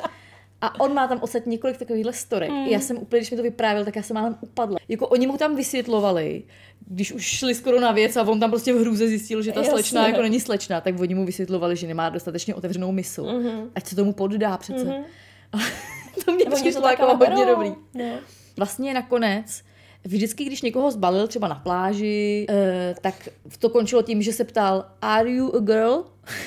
A on má tam ostatně několik takovýchhle storek. Já jsem úplně, když mi to vyprávěl, tak já jsem málem upadla. Jako oni mu tam vysvětlovali, když už šli skoro na věc a on tam prostě v hrůze zjistil, že ta slečna jako není slečna, tak oni mu vysvětlovali, že nemá dostatečně otevřenou mysl. Ať se tomu poddá přece. A to mě přišlo jako hodně dobrý. Vlastně nakonec vždycky, když někoho zbalil třeba na pláži, tak to končilo tím, že se ptal, are you a girl?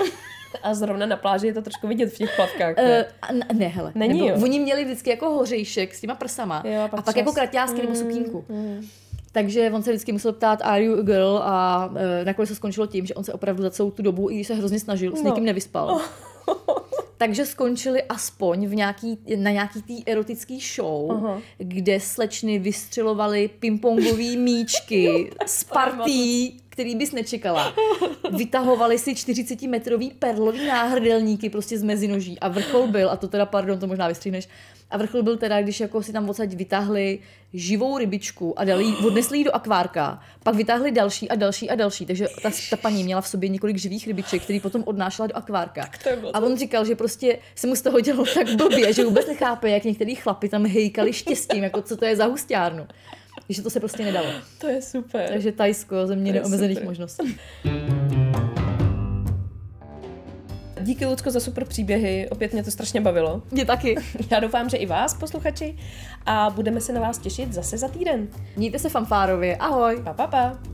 A zrovna na pláži je to trošku vidět v těch plavkách. Ne, hele. Není, jo. Oni měli vždycky jako hořejšek s těma prsama a pak jako kraťásky nebo sukínku. Takže on se vždycky musel ptát, are you a girl? A nakonec to skončilo tím, že on se opravdu za celou tu dobu, i když se hrozně snažil, s někým nevyspal. Takže skončili aspoň na nějaký tý erotický show, kde slečny vystřelovaly pingpongový míčky z partí, který bys nečekala. Vytahovali si 40-metrový perlový náhrdelníky prostě z mezinoží a vrchol byl, a to teda, pardon, to možná vystřihneš, a vrchol byl teda, když jako si tam odsaď vytáhli živou rybičku a odnesli ji do akvárka, pak vytáhli další a další a další, takže ta paní měla v sobě několik živých rybiček, který potom odnášela do akvárka. A on říkal, že prostě se mu z toho dělalo tak blbě, že vůbec nechápe, jak některý chlapi tam hejkali štěstím, jako co to je za hustárnu. Takže to se prostě nedalo. To je super. Takže Tajsko, země neomezených možností. Díky, Lucko, za super příběhy, opět mě to strašně bavilo. Mě taky. Já doufám, že i vás, posluchači, a budeme se na vás těšit zase za týden. Mějte se fanfárově, ahoj. Pa, pa, pa.